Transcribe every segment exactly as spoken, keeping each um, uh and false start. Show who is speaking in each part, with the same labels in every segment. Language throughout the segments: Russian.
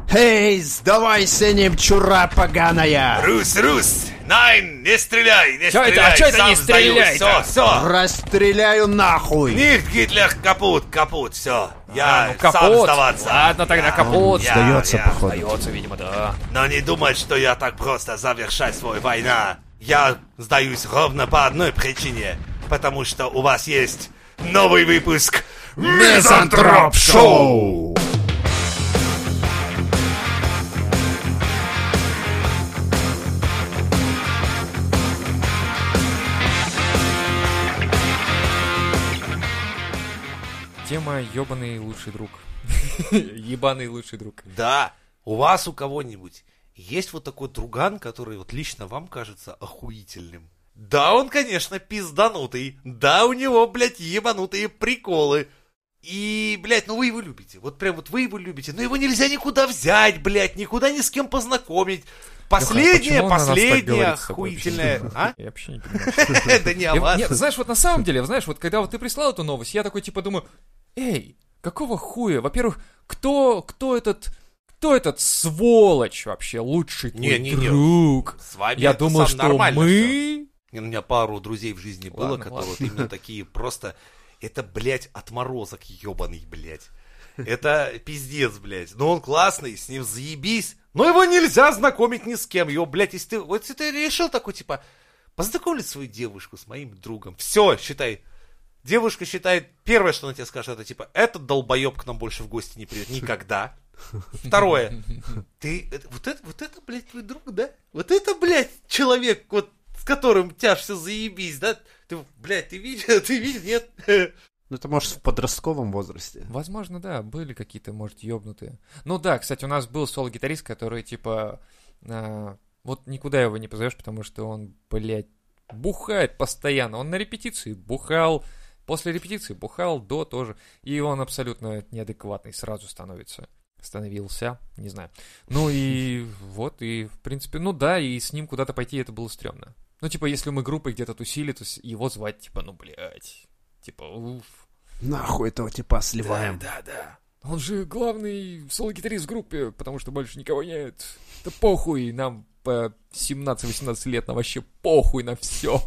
Speaker 1: Эй, сдавайся, немчура поганая!
Speaker 2: Рус, Рус! Найн, не стреляй, не
Speaker 3: Чё
Speaker 2: стреляй!
Speaker 3: это? А чё это
Speaker 2: сам
Speaker 3: не стреляй?
Speaker 2: Все, все!
Speaker 1: Расстреляю нахуй!
Speaker 2: Нихт, Гитлер, капут, капут, все. Я
Speaker 3: А, ну, капут.
Speaker 2: сам сдаваться.
Speaker 3: Ладно, тогда
Speaker 2: Я-
Speaker 3: капут.
Speaker 2: я-
Speaker 1: Сдается,
Speaker 2: я-
Speaker 1: походу.
Speaker 3: Сдается, видимо, да.
Speaker 2: Но не думать, что я так просто завершаю свою войну. Я сдаюсь ровно по одной причине. Потому что у вас есть новый выпуск
Speaker 1: Мизантроп Шоу!
Speaker 3: Тема «Ёбаный лучший друг». Ебаный лучший друг.
Speaker 2: Да, у вас у кого-нибудь есть вот такой друган, который вот лично вам кажется охуительным? Да, он, конечно, пизданутый. Да, у него, блядь, ебанутые приколы. И, блядь, ну вы его любите. Вот прям вот вы его любите. Но его нельзя никуда взять, блядь, никуда ни с кем познакомить. Последнее,
Speaker 3: Леха, а почему он на нас так
Speaker 2: последнее
Speaker 3: говорит с тобой
Speaker 2: охуительное.
Speaker 3: вообще?
Speaker 2: А?
Speaker 3: Я вообще не понимаю.
Speaker 2: Это не о
Speaker 3: Я-
Speaker 2: вас.
Speaker 3: Нет, знаешь, вот на самом деле, знаешь, вот когда вот ты прислал эту новость, я такой типа думаю, эй, какого хуя? Во-первых, кто, кто этот, кто этот сволочь вообще, лучший твой
Speaker 2: Не-не-не.
Speaker 3: друг?
Speaker 2: С вами
Speaker 3: Я
Speaker 2: это
Speaker 3: думал,
Speaker 2: сам
Speaker 3: что
Speaker 2: нормально всё.
Speaker 3: мы...
Speaker 2: У меня пару друзей в жизни было,
Speaker 3: Ладно,
Speaker 2: которые
Speaker 3: ладно.
Speaker 2: вот именно такие просто... Это, блядь, отморозок ебаный, блядь. Это пиздец, блядь. Но он классный, с ним заебись. Но его нельзя знакомить ни с кем. Его, блядь, если ты... Вот если ты решил такой, типа, познакомить свою девушку с моим другом. Все, считай. Девушка считает, первое, что она тебе скажет, это типа, этот долбоеб к нам больше в гости не придет никогда. Второе. Ты, это- вот это, вот это, блядь, твой друг, да? Вот это, блядь, человек, вот, с которым у тебя все заебись, да? Ты, блядь, ты видел, ты видел, нет?
Speaker 1: Ну, это может в подростковом возрасте.
Speaker 3: Возможно, да, были какие-то, может, ёбнутые. Ну да, кстати, у нас был соло-гитарист, который, типа, а, вот никуда его не позовешь, потому что он, блядь, бухает постоянно. Он на репетиции бухал, после репетиции бухал, до тоже. И он абсолютно неадекватный сразу становится. Становился, не знаю. Ну и вот, и в принципе, ну да, и с ним куда-то пойти это было стрёмно. Ну, типа, если мы группой где-то тусили, то с- его звать, типа, ну, блядь, типа, уф.
Speaker 1: Нахуй этого типа сливаем.
Speaker 3: Да, да. Он же главный соло-гитарист в группе, потому что больше никого нет. Да похуй, нам по семнадцать-восемнадцать лет, нам вообще похуй на все.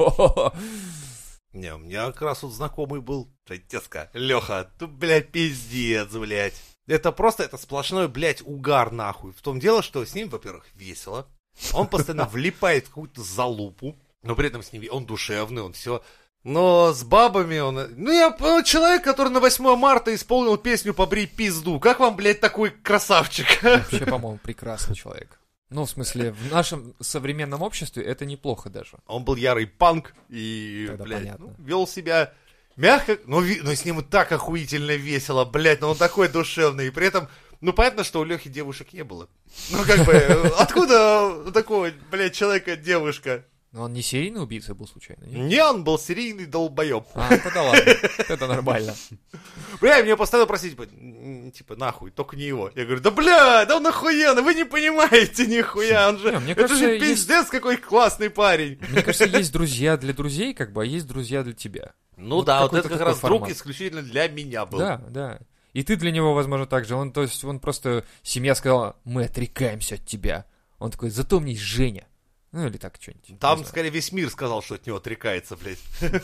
Speaker 2: Не, у меня как раз вот знакомый был, тезка, Леха, ты, блядь, пиздец, блядь. Это просто, это сплошной, блядь, угар, нахуй. В том дело, что с ним, во-первых, весело. Он постоянно влипает в какую-то залупу, но при этом с ним, он душевный, он все. Но с бабами он... Ну, я ну, человек, который на восьмое марта исполнил песню «Побри пизду». Как вам, блядь, такой красавчик?
Speaker 3: Вообще, по-моему, прекрасный человек. Ну, в смысле, в нашем современном обществе это неплохо даже.
Speaker 2: Он был ярый панк и,
Speaker 3: Тогда
Speaker 2: блядь,
Speaker 3: понятно.
Speaker 2: ну, вел себя мягко, но, ви- но с ним так охуительно весело, блядь, но он такой душевный. И при этом, ну, понятно, что у Лехи девушек не было. Ну, как бы, откуда у такого, блядь, человека девушка?
Speaker 3: Но он не серийный убийца был случайно, нет?
Speaker 2: Не, он был серийный долбоеб.
Speaker 3: А, тогда ладно, это нормально.
Speaker 2: Бля, меня постоянно просить, типа, н- типа, нахуй, только не его. Я говорю, да бля, да он охуенно, вы не понимаете нихуя, он же,
Speaker 3: Не, мне
Speaker 2: это
Speaker 3: кажется,
Speaker 2: же
Speaker 3: есть-
Speaker 2: пиздец, какой классный парень.
Speaker 3: Мне кажется, есть друзья для друзей, как бы, а есть друзья для тебя.
Speaker 2: Ну
Speaker 3: Вот
Speaker 2: да, вот
Speaker 3: какой-то
Speaker 2: это как
Speaker 3: такой
Speaker 2: раз друг
Speaker 3: формат.
Speaker 2: исключительно для меня был.
Speaker 3: Да, да. И ты для него, возможно, так же. Он, то есть, он просто... Семья сказала, мы отрекаемся от тебя. Он такой, зато у меня есть Женя. Ну, или так что-нибудь.
Speaker 2: Там,
Speaker 3: Не знаю.
Speaker 2: скорее, весь мир сказал, что от него отрекается, блядь.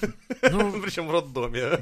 Speaker 3: Ну,
Speaker 2: Причем в роддоме.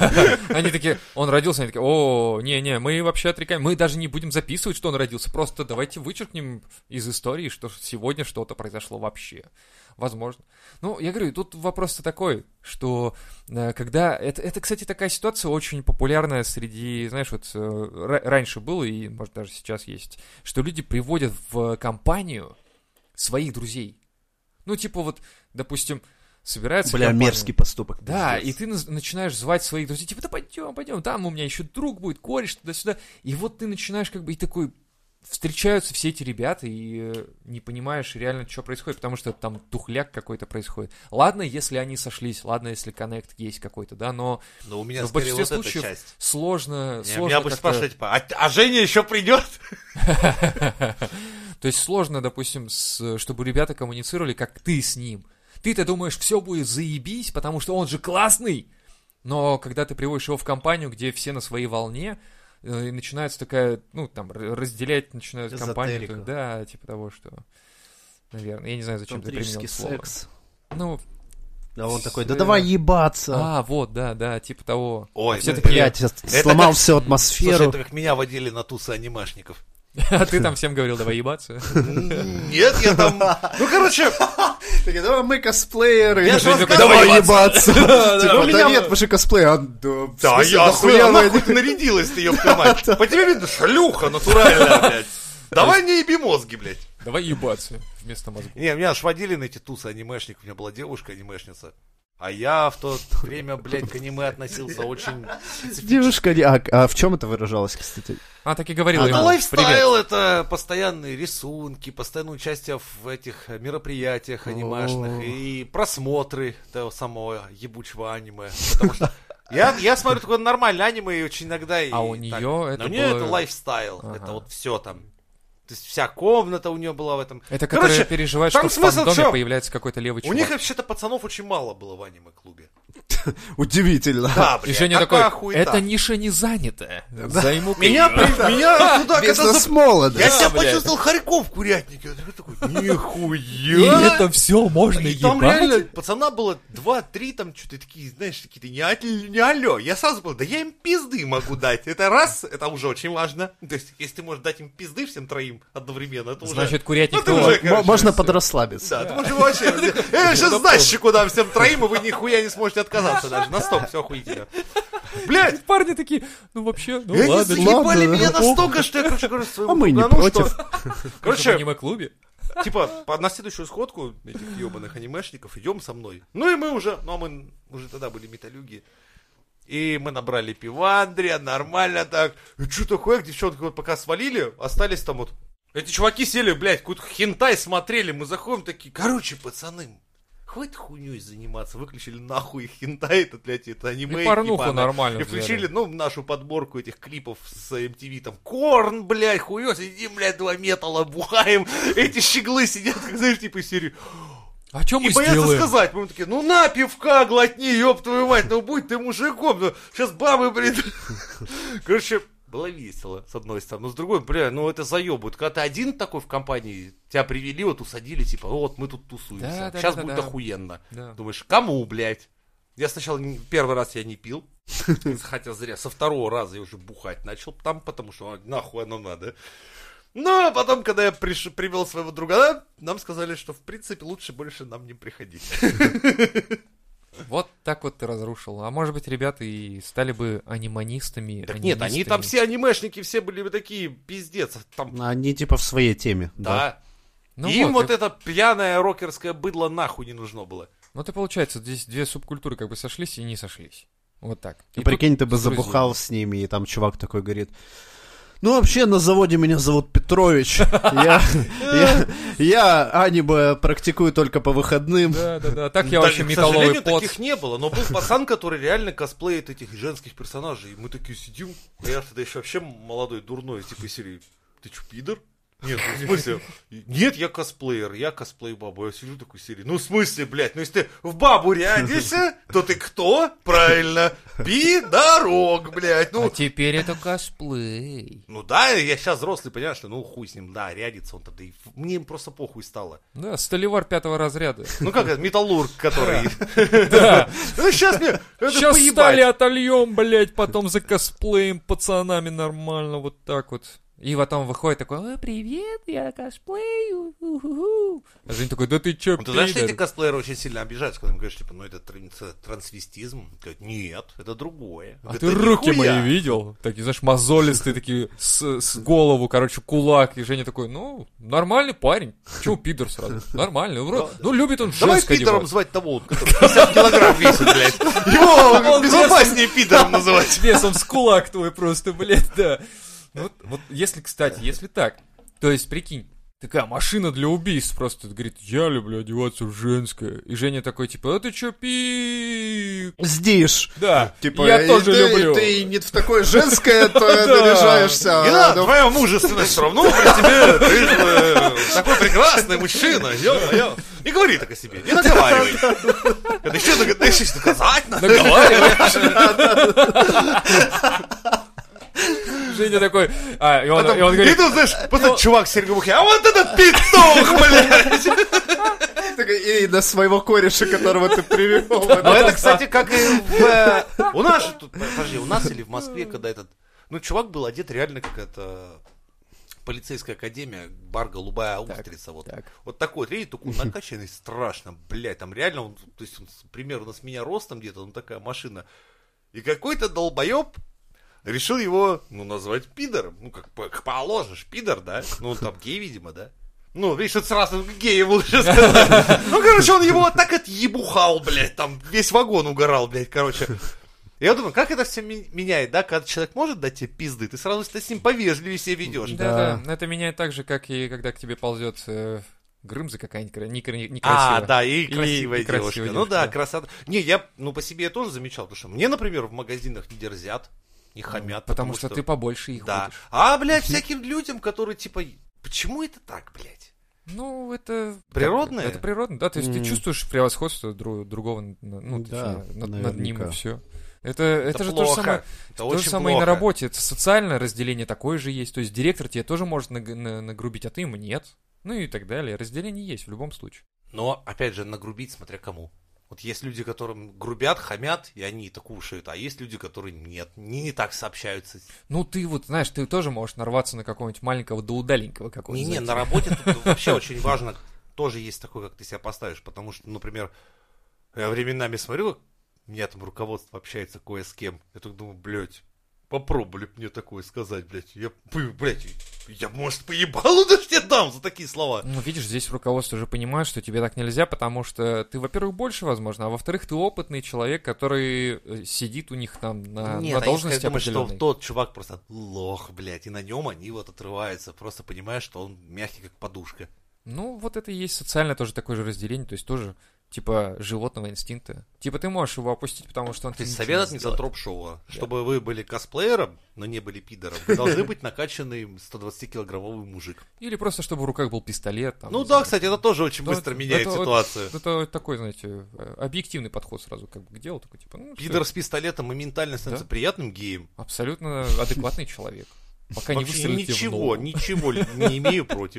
Speaker 3: они такие, он родился, они такие, о, не-не, мы вообще отрекаем, мы даже не будем записывать, что он родился, просто давайте вычеркнем из истории, что сегодня что-то произошло вообще. Возможно. Ну, я говорю, тут вопрос-то такой, что э, когда... Это, это, кстати, такая ситуация очень популярная среди, знаешь, вот э, ра- раньше было, и, может, даже сейчас есть, что люди приводят в компанию своих друзей. Ну, типа вот, допустим, собирается
Speaker 1: Бля,
Speaker 3: компания.
Speaker 1: мерзкий поступок.
Speaker 3: Да,
Speaker 1: пиздец.
Speaker 3: и ты наз- начинаешь звать своих друзей, типа, да пойдем, пойдем, там у меня еще друг будет, кореш, туда-сюда. И вот ты начинаешь как бы и такой, встречаются все эти ребята, и э, не понимаешь реально, что происходит, потому что там тухляк какой-то происходит. Ладно, если они сошлись, ладно, если коннект есть какой-то, да, но
Speaker 2: Но у меня,
Speaker 3: в
Speaker 2: скорее,
Speaker 3: большинстве
Speaker 2: вот эта
Speaker 3: случаев
Speaker 2: часть.
Speaker 3: сложно,
Speaker 2: Не,
Speaker 3: сложно
Speaker 2: меня будет
Speaker 3: как-то-
Speaker 2: спрашивать, типа, а, а Женя еще придет?
Speaker 3: То есть сложно, допустим, с- чтобы ребята коммуницировали, как ты с ним. Ты-то думаешь, все будет заебись, потому что он же классный. Но когда ты приводишь его в компанию, где все на своей волне, и начинается такая, ну, там, р- разделять начинают компанию.
Speaker 1: Эзотерика.
Speaker 3: Да, типа того, что, наверное, я не знаю, зачем ты применил
Speaker 1: Тантрический
Speaker 3: это слово.
Speaker 1: секс.
Speaker 3: Ну,
Speaker 1: А он такой, да
Speaker 3: Э,
Speaker 1: давай ебаться.
Speaker 3: а, вот, да, да, типа того.
Speaker 2: Ой,
Speaker 3: все
Speaker 2: ну,
Speaker 3: такие,
Speaker 1: Блять, я сломал
Speaker 2: как-
Speaker 1: всю
Speaker 2: Слушай,
Speaker 1: атмосферу.
Speaker 2: это как меня водили на тусы анимешников.
Speaker 3: а ты там всем говорил, давай ебаться.
Speaker 2: Нет, я там... Ну, короче,
Speaker 1: Такие, давай мы косплееры.
Speaker 2: Я же
Speaker 1: Давай
Speaker 2: рассказывал,
Speaker 1: ебаться. Типа,
Speaker 2: у меня-
Speaker 1: да нет, мы же косплеер. А, да, в
Speaker 2: да,
Speaker 1: смысле,
Speaker 2: я
Speaker 1: нахуя
Speaker 2: охуел,
Speaker 1: вы-
Speaker 2: нахуй ты нарядилась, ты ёб мать. По тебе видно, шлюха натуральная, блядь. Давай не еби мозги, блядь.
Speaker 3: Давай ебаться вместо мозгов.
Speaker 2: Не, меня аж водили на эти тусы анимешников, у меня была девушка анимешница. А я в то время, блядь, к аниме относился очень специфично.
Speaker 1: Девушка, не- а, а в чем это выражалось, кстати?
Speaker 3: А, так и говорил
Speaker 1: А,
Speaker 3: ему,
Speaker 2: Это
Speaker 1: ну,
Speaker 2: лайфстайл, это постоянные рисунки, постоянное участие в этих мероприятиях анимешных
Speaker 1: О.
Speaker 2: и просмотры того самого ебучего аниме. Потому что я, я смотрю такое нормальное аниме и очень иногда... И
Speaker 3: А у
Speaker 2: так.
Speaker 3: неё это
Speaker 2: Но у нее
Speaker 3: было-
Speaker 2: это лайфстайл,
Speaker 3: Ага.
Speaker 2: это вот все там. То есть вся комната у нее была в этом.
Speaker 3: Это
Speaker 2: Короче,
Speaker 3: которая переживает,
Speaker 2: там
Speaker 3: что в
Speaker 2: смысл в
Speaker 3: фандоме
Speaker 2: чём?
Speaker 3: появляется какой-то левый
Speaker 2: У
Speaker 3: чувак.
Speaker 2: них вообще-то пацанов очень мало было в аниме-клубе.
Speaker 1: Удивительно.
Speaker 2: Да,
Speaker 3: И
Speaker 2: блядь,
Speaker 3: Женя
Speaker 2: какая
Speaker 3: такой,
Speaker 2: хуета.
Speaker 3: эта ниша не занята. Займу
Speaker 2: Меня, при- меня туда, когда
Speaker 1: Бизнес
Speaker 2: за-
Speaker 1: молодость.
Speaker 2: Я
Speaker 3: Да,
Speaker 2: себя
Speaker 3: блядь.
Speaker 2: почувствовал хорьком в курятнике. Я такой,
Speaker 3: И
Speaker 2: нихуя!
Speaker 3: это все можно
Speaker 2: И там
Speaker 3: ебать?
Speaker 2: реально пацана было два-три, там что-то такие, знаешь, какие-то не, аль- не алло. Я сразу был, да я им пизды могу дать. Это раз, это уже очень важно. То есть, если ты можешь дать им пизды всем троим одновременно, это уже...
Speaker 3: Значит, курятник
Speaker 2: Ну, ты
Speaker 3: твой.
Speaker 2: уже, короче,
Speaker 1: М- Можно
Speaker 2: всё.
Speaker 1: подрасслабиться.
Speaker 2: Да, ты можешь вообще... Я сейчас сдачику дам всем троим, и вы нихуя не сможете отказаться даже. Настолько все охуительно. Блядь!
Speaker 3: Парни такие, ну вообще, ну
Speaker 2: И они
Speaker 3: ладно.
Speaker 2: заебали
Speaker 1: ладно,
Speaker 2: меня
Speaker 1: да.
Speaker 2: настолько, что я, короче, говорю своему
Speaker 1: А мы не
Speaker 2: другану,
Speaker 1: против.
Speaker 2: что-
Speaker 3: Короче, в
Speaker 2: Короче,
Speaker 3: аниме-клубе.
Speaker 2: типа, по- на следующую сходку этих ебаных анимешников идем со мной. Ну и мы уже, ну а мы уже тогда были металюги. И мы набрали пивандрия, нормально так. И что такое, девчонки вот пока свалили, остались там вот. Эти чуваки сели, блядь, какой-то хентай смотрели, мы заходим такие, короче, пацаны, хватит хуйней заниматься, выключили нахуй их хентай, это, блядь, это аниме.
Speaker 3: И порнуху
Speaker 2: ебаное.
Speaker 3: нормально
Speaker 2: И включили,
Speaker 3: взяли.
Speaker 2: ну, нашу подборку этих клипов с эм ти ви, там, Корн, блядь, хуё, сидим, блядь, два металла, бухаем, эти щеглы сидят, как, знаешь, типа из серии.
Speaker 3: А что мы
Speaker 2: И боятся
Speaker 3: сделаем?
Speaker 2: сказать, мы такие, ну на, пивка глотни, ёб твою мать, ну будь ты мужиком, ну сейчас бабы, блин. Короче, было весело, с одной стороны, но с другой, бля, ну это заебывает. Когда ты один такой в компании, тебя привели, вот усадили, типа, вот мы тут тусуемся,
Speaker 3: Да, да,
Speaker 2: сейчас
Speaker 3: да,
Speaker 2: будет
Speaker 3: да.
Speaker 2: охуенно.
Speaker 3: Да.
Speaker 2: Думаешь, кому, блядь? Я сначала, не- первый раз я не пил, хотя зря, со второго раза я уже бухать начал там, потому что а, нахуй оно надо. Ну, а потом, когда я приш... привел своего друга, нам сказали, что, в принципе, лучше больше нам не приходить.
Speaker 3: Вот так вот ты разрушил. А может быть, ребята и стали бы аниманистами.
Speaker 2: Так нет, они
Speaker 3: анимистами.
Speaker 2: там все анимешники, все были бы такие, пиздец. Там,
Speaker 1: Они типа в своей теме.
Speaker 2: да.
Speaker 3: Ну
Speaker 2: Им вот
Speaker 3: и-
Speaker 2: это пьяное рокерское быдло нахуй не нужно было.
Speaker 3: Ну, это получается, здесь две субкультуры как бы сошлись и не сошлись. Вот так.
Speaker 1: Ты
Speaker 3: И
Speaker 1: прикинь,
Speaker 3: тут
Speaker 1: ты бы
Speaker 3: с друзьями.
Speaker 1: забухал с ними, и там чувак такой говорит, ну вообще на заводе меня зовут Петрович, я, я, я аниме практикую только по выходным.
Speaker 3: Да, да, да. Так я
Speaker 2: Да,
Speaker 3: вообще
Speaker 2: к
Speaker 3: металловый
Speaker 2: сожалению,
Speaker 3: пот.
Speaker 2: таких не было, но был пацан, который реально косплеит этих женских персонажей. И мы такие сидим, а я тогда еще вообще молодой, дурной, типа из серии, ты че, пидор? Нет, ну, в смысле? Нет, я косплеер, я косплею бабу. Я сижу такой серии. Ну, в смысле, блядь, ну если ты в бабу рядишься, то ты кто? Правильно, пидорок, блядь. Ну,
Speaker 3: А теперь это косплей.
Speaker 2: ну да, я сейчас взрослый, понимаешь, что ну хуй с ним, да, рядится он тогда. И мне просто похуй стало.
Speaker 3: Да, столевар пятого разряда.
Speaker 2: Ну как это, металлург, который...
Speaker 3: Да.
Speaker 2: Ну сейчас мне это
Speaker 3: Сейчас
Speaker 2: поебать.
Speaker 3: стали отольем, блядь, потом за косплеем пацанами нормально, вот так вот. И потом выходит такой, о, привет, я косплею. у-ху-ху». А Женя такой, да ты чё,
Speaker 2: Ну, ты знаешь, что
Speaker 3: пидор?»
Speaker 2: эти косплееры очень сильно обижаются, когда им говоришь, типа, ну это тран- трансвестизм. Говорят, нет, это другое.
Speaker 3: А
Speaker 2: Говорят,
Speaker 3: ты
Speaker 2: «Да
Speaker 3: руки
Speaker 2: нихуя».
Speaker 3: мои видел? Такие, знаешь, мозолистые такие, с, с голову, короче, кулак. И Женя такой, ну, нормальный парень. Чего пидор сразу? Нормальный. Ну, вроде- ну, любит он
Speaker 2: Давай
Speaker 3: женское
Speaker 2: пидором
Speaker 3: одеваться.
Speaker 2: звать того, который пятьдесят килограмм весит, блядь. Его безопаснее пидором называть.
Speaker 3: Весом с кулак твой просто, блядь, да. Вот, вот если, кстати, если так, то есть, прикинь, такая машина для убийств просто говорит, я люблю одеваться в женское. И Женя такой, типа, а ты чё, пик?
Speaker 1: Здесь.
Speaker 3: Да,
Speaker 1: Типа,
Speaker 3: я
Speaker 1: и
Speaker 3: тоже
Speaker 1: ты,
Speaker 3: люблю.
Speaker 1: Ты не в такое женское то наряжаешься.
Speaker 2: Не
Speaker 1: а,
Speaker 2: надо,
Speaker 1: ну,
Speaker 2: твоя мужественность все равно при тебе. Ты же э, такой прекрасный мужчина. Ё-моё. Не говори так о себе, не наговаривай. Это еще дога- да еще доказать надо.
Speaker 3: Наговаривай. Женя такой... А, и он,
Speaker 2: Потом,
Speaker 3: и он
Speaker 2: и
Speaker 3: говорит...
Speaker 2: тут, знаешь, просто чувак с серьгой в ухе, а вот этот петух, блядь!
Speaker 1: И до своего кореша, которого ты привел.
Speaker 2: Но это, кстати, как и в... У нас же тут, подожди, у нас или в Москве, когда этот... Ну, чувак был одет реально как это... Полицейская академия, бар голубая устрица, вот.
Speaker 3: так.
Speaker 2: Вот такой вот, видите, такой накачанный, страшно, блядь, там реально, он, то есть, он, примерно с меня ростом где-то, он такая машина. И какой-то долбоеб решил его, ну, назвать пидором, ну, как, как положишь, пидор, да? Ну, он там гей, видимо, да? Ну, видишь, это сразу гей лучше сказать. Ну, короче, он его так отъебухал, блядь, там весь вагон угорал, блядь, короче. Я думаю, как это все меняет, да, когда человек может дать тебе пизды, ты сразу с ним повежливее себя ведешь.
Speaker 3: Да, да, это меняет так же, как и когда к тебе ползет э, Грымза какая-нибудь некрасивая.
Speaker 2: А, да, и красивая
Speaker 3: и
Speaker 2: девушка.
Speaker 3: красивая
Speaker 2: Ну да,
Speaker 3: девушка.
Speaker 2: красота. Не, я, ну, по себе я тоже замечал, потому что мне, например, в магазинах не дерзят, не хамят.
Speaker 3: Потому что ты побольше их
Speaker 2: Да.
Speaker 3: будешь.
Speaker 2: А, блядь, всяким людям, которые, типа, почему это так, блядь?
Speaker 3: Ну, это...
Speaker 2: Природное?
Speaker 3: Это природно, да, то есть ты чувствуешь превосходство дру- другого, ну,
Speaker 1: Да,
Speaker 3: точнее, над, над ним и
Speaker 1: наверняка.
Speaker 3: все. Это, это,
Speaker 2: Это
Speaker 3: же то же
Speaker 2: плохо.
Speaker 3: самое,
Speaker 2: Это
Speaker 3: то же
Speaker 2: очень
Speaker 3: самое и на
Speaker 2: плохо.
Speaker 3: работе. Это социальное разделение такое же есть. То есть директор тебе тоже может наг- на- нагрубить, а ты ему нет. Ну и так далее. Разделение есть в любом случае.
Speaker 2: Но, опять же, нагрубить, смотря кому. Вот есть люди, которым грубят, хамят, и они это кушают, а есть люди, которые нет, не, не так сообщаются.
Speaker 3: Ну ты вот, знаешь, ты тоже можешь нарваться на какого-нибудь маленького да удаленького какого-нибудь.
Speaker 2: Не-не,
Speaker 3: знаете.
Speaker 2: на работе тут вообще очень важно, тоже есть такое, как ты себя поставишь, потому что, например, я временами смотрю, как у меня там руководство общается кое с кем, я так думаю, блядь, попробовали б мне такое сказать, блядь, я, блядь, я, может, поебалу даже тебе дам за такие слова.
Speaker 3: Ну, видишь, здесь руководство уже понимает, что тебе так нельзя, потому что ты, во-первых, больше, возможно, а во-вторых, ты опытный человек, который э, сидит у них там на,
Speaker 2: Нет,
Speaker 3: на
Speaker 2: а
Speaker 3: должности
Speaker 2: если думать, что
Speaker 3: определенной.
Speaker 2: тот чувак просто лох, блядь, и на нем они вот отрываются, просто понимая, что он мягкий, как подушка.
Speaker 3: Ну, вот это и есть социальное тоже такое же разделение, то есть тоже, типа, животного инстинкта. Типа, ты можешь его опустить, потому что он...
Speaker 2: То
Speaker 3: тебе
Speaker 2: есть
Speaker 3: ничего
Speaker 2: совет от
Speaker 3: не сделает.
Speaker 2: мизантроп-шоу, чтобы вы были косплеером, но не были пидором, вы должны быть накачанный сто двадцатикилограммовый мужик.
Speaker 3: Или просто, чтобы в руках был пистолет. Там,
Speaker 2: Ну
Speaker 3: не
Speaker 2: да,
Speaker 3: знаю.
Speaker 2: кстати, это тоже очень
Speaker 3: Да,
Speaker 2: быстро
Speaker 3: это-
Speaker 2: меняет
Speaker 3: это вот-
Speaker 2: ситуацию.
Speaker 3: Это такой, знаете, объективный подход сразу как бы к делу, такой, типа, ну, всё.
Speaker 2: Пидор с пистолетом моментально становится
Speaker 3: Да.
Speaker 2: приятным геем.
Speaker 3: Абсолютно адекватный человек. Пока не
Speaker 2: Вообще
Speaker 3: выстрелите в
Speaker 2: ничего,
Speaker 3: ногу.
Speaker 2: ничего не имею против.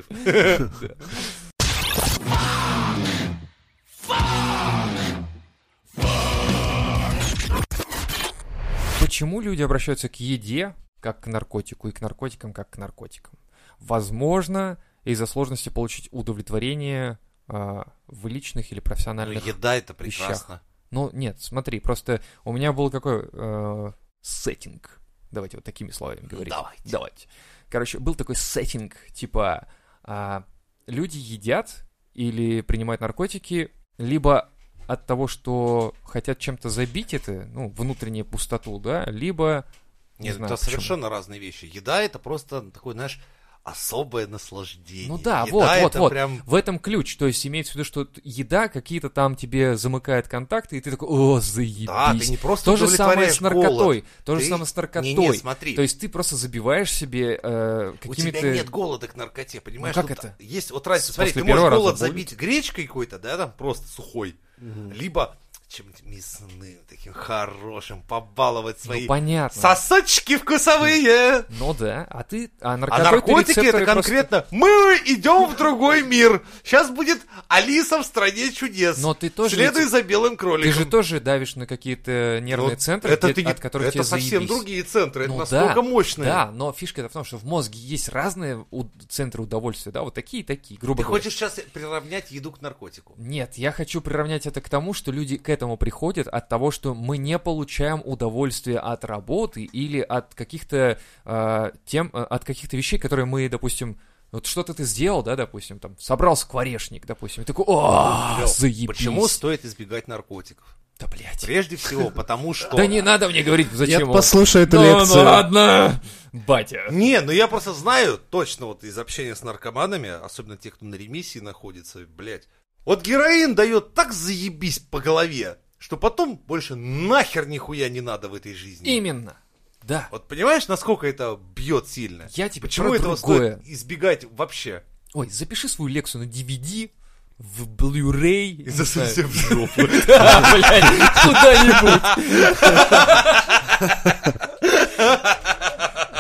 Speaker 3: Почему люди обращаются к еде как к наркотику и к наркотикам как к наркотикам? Возможно, из-за сложности получить удовлетворение а, в личных или
Speaker 2: Ну,
Speaker 3: профессиональных
Speaker 2: еда это
Speaker 3: вещах.
Speaker 2: прекрасно.
Speaker 3: Ну, нет, смотри, просто у меня был какой э, сеттинг. Давайте вот такими словами говорить.
Speaker 2: Давайте.
Speaker 3: Давайте. Короче, был такой сеттинг, типа, а, люди едят или принимают наркотики либо от того, что хотят чем-то забить это, ну, внутреннюю пустоту, да, либо... не
Speaker 2: Нет,
Speaker 3: знаю,
Speaker 2: это
Speaker 3: почему.
Speaker 2: совершенно разные вещи. Еда это просто такое, знаешь, особое наслаждение.
Speaker 3: Ну да,
Speaker 2: Еда
Speaker 3: вот, вот,
Speaker 2: это
Speaker 3: вот.
Speaker 2: прям...
Speaker 3: В этом ключ. То есть имеется в виду, что т- еда какие-то там тебе замыкает контакты, и ты такой, о, заебись.
Speaker 2: Да, ты не просто
Speaker 3: То же самое
Speaker 2: удовлетворяешь
Speaker 3: с наркотой.
Speaker 2: голод.
Speaker 3: То же
Speaker 2: Ты-
Speaker 3: самое с наркотой.
Speaker 2: Не, не, смотри.
Speaker 3: То есть ты просто забиваешь себе э,
Speaker 2: У
Speaker 3: какими-то...
Speaker 2: тебя нет голода к наркоте, понимаешь?
Speaker 3: Ну, как
Speaker 2: Тут
Speaker 3: это?
Speaker 2: Есть вот разница. Смотри,
Speaker 3: После
Speaker 2: ты можешь
Speaker 3: первого раза
Speaker 2: голод
Speaker 3: будет?
Speaker 2: забить гречкой какой-то, да, там просто сухой. Либо чем-нибудь мясным, таким хорошим, побаловать свои
Speaker 3: Ну, понятно.
Speaker 2: сосочки вкусовые.
Speaker 3: Ну да, а ты... А
Speaker 2: А
Speaker 3: наркотой ты
Speaker 2: наркотики это
Speaker 3: рецепторы просто-
Speaker 2: конкретно мы идем в другой мир. Сейчас будет Алиса в стране чудес.
Speaker 3: Но ты тоже
Speaker 2: Следуй
Speaker 3: ведь-
Speaker 2: за белым
Speaker 3: Ты
Speaker 2: кроликом.
Speaker 3: же тоже давишь на какие-то нервные
Speaker 2: Вот
Speaker 3: центры,
Speaker 2: это
Speaker 3: где-
Speaker 2: ты не-
Speaker 3: от которых
Speaker 2: это
Speaker 3: тебе
Speaker 2: совсем
Speaker 3: заебись.
Speaker 2: другие центры, это
Speaker 3: Ну
Speaker 2: настолько
Speaker 3: да,
Speaker 2: мощные.
Speaker 3: Да, но фишка-то в том, что в мозге есть разные у- центры удовольствия, да, вот такие и такие, грубо
Speaker 2: Ты
Speaker 3: говоря.
Speaker 2: хочешь сейчас приравнять еду к наркотику?
Speaker 3: Нет, я хочу приравнять это к тому, что люди к этому приходят от того, что мы не получаем удовольствие от работы или от каких-то э, тем, э, от каких-то вещей, которые мы, допустим, вот что-то ты сделал, да, допустим, там, собрал скворечник, допустим, и такой, о,
Speaker 2: Лёв,
Speaker 3: заебись.
Speaker 2: Почему стоит избегать наркотиков?
Speaker 3: Да, блядь.
Speaker 2: Прежде всего, потому что...
Speaker 3: Да не надо мне говорить, зачем
Speaker 1: Нет,
Speaker 3: он.
Speaker 1: послушай эту
Speaker 3: Ну,
Speaker 1: лекцию.
Speaker 3: ну ладно, батя.
Speaker 2: Не, ну я просто знаю точно вот из общения с наркоманами, особенно тех, кто на ремиссии находится, блядь. Вот героин дает так заебись по голове, что потом больше нахер нихуя не надо в этой жизни.
Speaker 3: Именно. Да.
Speaker 2: Вот понимаешь, насколько это бьет сильно?
Speaker 3: Я тебе
Speaker 2: Почему
Speaker 3: про
Speaker 2: этого
Speaker 3: другое.
Speaker 2: стоит избегать вообще?
Speaker 3: Ой, запиши свою лекцию на ди ви ди, в Blu-ray.
Speaker 2: И засунь себе в жопу.
Speaker 3: Да, блядь, куда-нибудь.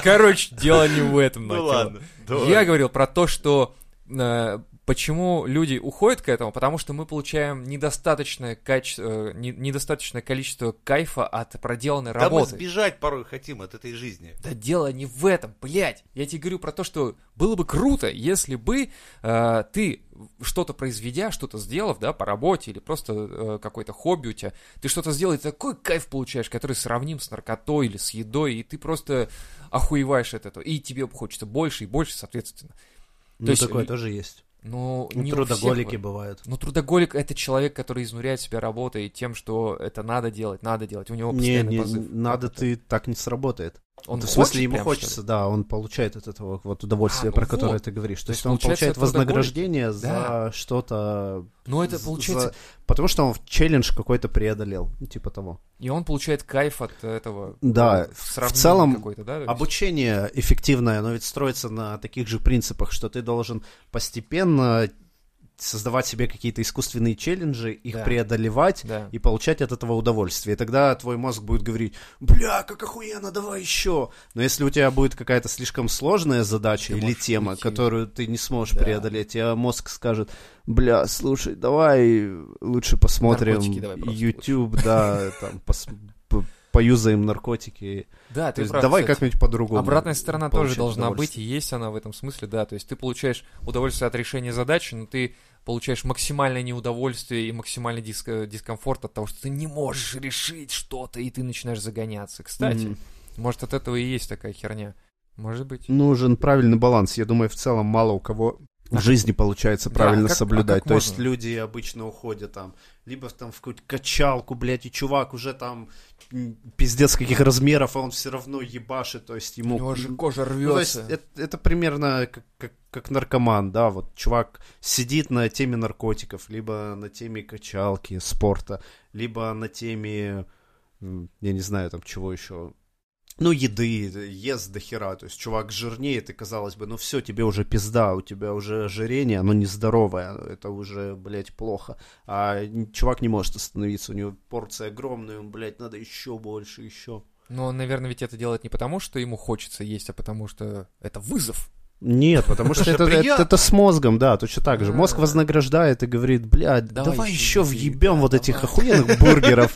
Speaker 3: Короче, дело не в этом.
Speaker 2: Ну ладно.
Speaker 3: Я говорил про то, что э, почему люди уходят к этому, потому что мы получаем недостаточное, каче... э, не- недостаточное количество кайфа от проделанной
Speaker 2: Да мы
Speaker 3: работы.
Speaker 2: сбежать порой хотим от этой жизни.
Speaker 3: Да дело не в этом, блядь. Я тебе говорю про то, что было бы круто, если бы э, ты, что-то произведя, что-то сделав, да, по работе или просто э, какое-то хобби у тебя, ты что-то сделал, и такой кайф получаешь, который сравним с наркотой или с едой, и ты просто охуеваешь от этого, и тебе хочется больше и больше, соответственно.
Speaker 1: Ну,
Speaker 3: То есть,
Speaker 1: такое
Speaker 3: л-
Speaker 1: тоже есть.
Speaker 3: Ну,
Speaker 1: Ну,
Speaker 3: не у всех
Speaker 1: трудоголики
Speaker 3: вот.
Speaker 1: бывают.
Speaker 3: Ну, трудоголик — это человек, который изнуряет себя работой тем, что это надо делать, надо делать. У него
Speaker 1: Не,
Speaker 3: постоянный
Speaker 1: не,
Speaker 3: позыв.
Speaker 1: надо, ты так не сработает.
Speaker 3: Он
Speaker 1: Это в
Speaker 3: хочет
Speaker 1: смысле, ему
Speaker 3: прям, что ли?
Speaker 1: хочется, да, он получает от этого вот удовольствие,
Speaker 3: А, ну
Speaker 1: про которое
Speaker 3: вот.
Speaker 1: ты говоришь. То,
Speaker 3: То
Speaker 1: есть
Speaker 3: есть,
Speaker 1: он
Speaker 3: получается,
Speaker 1: получает
Speaker 3: это трудоголики.
Speaker 1: вознаграждение за
Speaker 3: Да.
Speaker 1: что-то...
Speaker 3: Ну, это
Speaker 1: за-
Speaker 3: получается...
Speaker 1: Потому что он челлендж какой-то преодолел, ну, типа того.
Speaker 3: И он получает кайф от этого.
Speaker 1: Да,
Speaker 3: э,
Speaker 1: в
Speaker 3: сравнения
Speaker 1: целом
Speaker 3: какой-то, да? то есть?
Speaker 1: Обучение эффективное, оно ведь строится на таких же принципах, что ты должен постепенно создавать себе какие-то искусственные челленджи, их
Speaker 3: Да.
Speaker 1: преодолевать
Speaker 3: Да.
Speaker 1: и получать от этого удовольствие. И тогда твой мозг будет говорить: бля, как охуенно, давай еще. Но если у тебя будет какая-то слишком сложная задача
Speaker 3: Ты
Speaker 1: или
Speaker 3: можешь
Speaker 1: тема,
Speaker 3: уйти.
Speaker 1: которую ты не сможешь
Speaker 3: Да.
Speaker 1: преодолеть, а мозг скажет: бля, слушай, давай лучше посмотрим
Speaker 3: Наркотики давай просто
Speaker 1: YouTube, да, там, пос- п- поюзаем наркотики.
Speaker 3: Да,
Speaker 1: То
Speaker 3: ты
Speaker 1: есть
Speaker 3: прав,
Speaker 1: давай
Speaker 3: кстати.
Speaker 1: как-нибудь по-другому.
Speaker 3: Обратная сторона тоже
Speaker 1: получать
Speaker 3: должна быть,
Speaker 1: удовольствие.
Speaker 3: и есть она в этом смысле, да. То есть ты получаешь удовольствие от решения задачи, но ты получаешь максимальное неудовольствие и максимальный диск- дискомфорт от того, что ты не можешь решить что-то, и ты начинаешь загоняться. Кстати,
Speaker 1: Мгм.
Speaker 3: может, от этого и есть такая херня. Может быть.
Speaker 1: Нужен правильный баланс. Я думаю, в целом мало у кого в жизни получается
Speaker 3: Да,
Speaker 1: правильно
Speaker 3: а как-
Speaker 1: соблюдать.
Speaker 3: а как
Speaker 1: То есть
Speaker 3: можно?
Speaker 1: люди обычно уходят там, либо там в какую-то качалку, блядь, и чувак уже там м, пиздец каких размеров, а он все равно ебашит, то есть ему...
Speaker 3: У него же кожа
Speaker 1: Ну, то есть
Speaker 3: рвется.
Speaker 1: это, это примерно как, как, как наркоман, да, вот чувак сидит на теме наркотиков, либо на теме качалки, спорта, либо на теме, м, я не знаю, там чего еще, ну, еды, ест до хера, то есть чувак жирнеет, и казалось бы, ну все, тебе уже пизда, у тебя уже ожирение, оно нездоровое, это уже, блядь, плохо, а чувак не может остановиться, у него порция огромная, ему, блядь, надо еще больше, еще.
Speaker 3: Но он, наверное, ведь это делает не потому, что ему хочется есть, а потому что это вызов.
Speaker 1: Нет, потому что это,
Speaker 2: приятно.
Speaker 1: это, это с мозгом, да, точно так же.
Speaker 3: А.
Speaker 1: Мозг вознаграждает и говорит: блядь,
Speaker 3: Давай
Speaker 1: давай,
Speaker 3: еще
Speaker 1: еще
Speaker 3: еби,
Speaker 1: въебем
Speaker 3: да,
Speaker 1: вот этих
Speaker 3: давай».
Speaker 1: охуенных бургеров.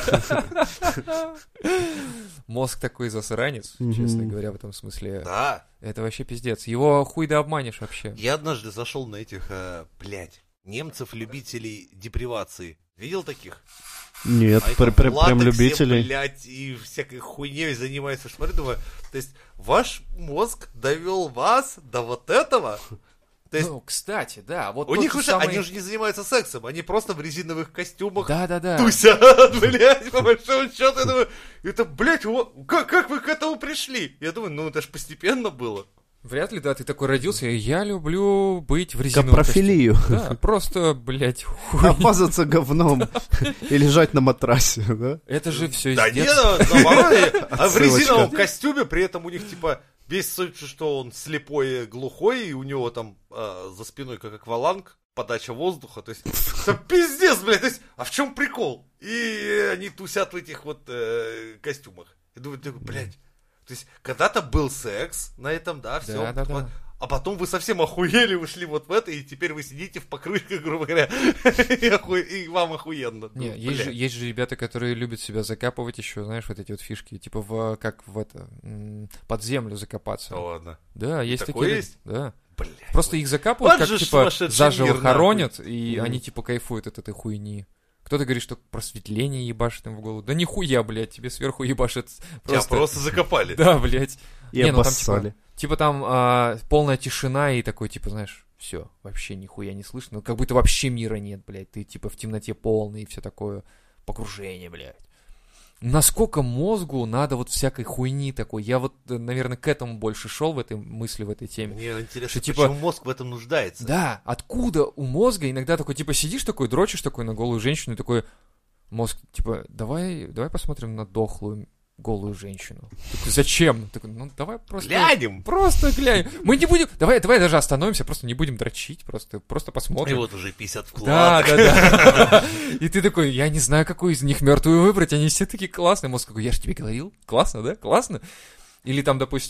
Speaker 3: Мозг такой засранец,
Speaker 1: Мгм.
Speaker 3: честно говоря, в этом смысле.
Speaker 2: Да.
Speaker 3: Это вообще пиздец. Его хуй да обманешь вообще.
Speaker 2: Я однажды зашел на этих, э, блядь, немцев-любителей депривации. Видел таких?
Speaker 1: Нет,
Speaker 2: А их
Speaker 1: пр-
Speaker 2: в
Speaker 1: пр- прям
Speaker 2: латексе,
Speaker 1: любителей.
Speaker 2: блядь, и всякой хуйней занимаются. Смотрю, думаю, то есть ваш мозг довел вас до вот этого? То есть
Speaker 3: Ну, кстати, да, вот
Speaker 2: у
Speaker 3: тот
Speaker 2: них
Speaker 3: же
Speaker 2: уже,
Speaker 3: самый-
Speaker 2: они уже не занимаются сексом, они просто в резиновых костюмах
Speaker 3: Да-да-да.
Speaker 2: тусят, блядь, по большому счету. Я думаю, это, блядь, во- как, как вы к этому пришли? Я думаю, ну это ж постепенно было.
Speaker 3: Вряд ли, да, ты такой родился, и я люблю быть в резиновом
Speaker 1: Капрофилию.
Speaker 3: костюме. Да, просто, блядь, хуй.
Speaker 1: Обмазаться говном и лежать на матрасе, да?
Speaker 3: Это же все
Speaker 2: Да
Speaker 3: из
Speaker 2: нет,
Speaker 3: детства.
Speaker 2: наоборот, а в
Speaker 1: Отсылочка.
Speaker 2: резиновом костюме, при этом у них типа весь суть, что он слепой и глухой, и у него там а, за спиной как акваланг, подача воздуха, то есть это пиздец, блядь, то есть, а в чем прикол? И они тусят в этих вот э, костюмах. Я думаю, ты, блядь, то есть когда-то был секс на этом, да, все,
Speaker 3: Да, да, да.
Speaker 2: а потом вы совсем охуели, ушли вот в это, и теперь вы сидите в покрышках, грубо говоря, и, оху... и вам охуенно.
Speaker 3: Не,
Speaker 2: Ну,
Speaker 3: есть же,
Speaker 2: блядь.
Speaker 3: есть же ребята, которые любят себя закапывать еще, знаешь, вот эти вот фишки, типа в, как в это, м, под землю закопаться.
Speaker 2: Да ладно.
Speaker 3: Да, есть
Speaker 2: такое
Speaker 3: такие.
Speaker 2: есть?
Speaker 3: Да.
Speaker 2: Блядь.
Speaker 3: Просто их закапывают,
Speaker 2: Вот
Speaker 3: как
Speaker 2: же
Speaker 3: типа
Speaker 2: сумасшедший
Speaker 3: заживо
Speaker 2: мир, нахуй.
Speaker 3: хоронят, и
Speaker 1: Мгм.
Speaker 3: они типа кайфуют от этой хуйни. Кто-то говорит, что просветление ебашит им в голову. Да нихуя, блядь, тебе сверху ебашит
Speaker 2: Тебя
Speaker 3: просто...
Speaker 2: просто закопали.
Speaker 3: Да, блядь.
Speaker 1: И
Speaker 3: Не, ну там
Speaker 1: обоссали.
Speaker 3: типа, типа там а, полная тишина и такой, типа, знаешь, все, вообще нихуя не слышно. Ну, как будто вообще мира нет, блядь. Ты типа в темноте полный и все такое. Погружение, блядь. Насколько мозгу надо вот всякой хуйни такой? Я вот, э, наверное, к этому больше шел в этой мысли, в этой теме.
Speaker 2: Мне интересно,
Speaker 3: Что, типа-
Speaker 2: почему мозг в этом нуждается.
Speaker 3: Да, откуда у мозга иногда такой, типа, сидишь такой, дрочишь такой на голую женщину, и такой мозг, типа, давай, давай посмотрим на дохлую голую женщину. Такой, зачем? Такой, ну, давай просто...
Speaker 2: Глянем!
Speaker 3: Просто глянь. Мы не будем... Давай, давай даже остановимся, просто не будем дрочить, просто, просто
Speaker 2: И
Speaker 3: посмотрим.
Speaker 2: вот уже пятьдесят
Speaker 3: Да,
Speaker 2: вкладок.
Speaker 3: да, да. И ты такой, я не знаю, какую из них мертвую выбрать, они все такие классные. Мозг такой, я же тебе говорил, классно, да, классно. Или там, допустим,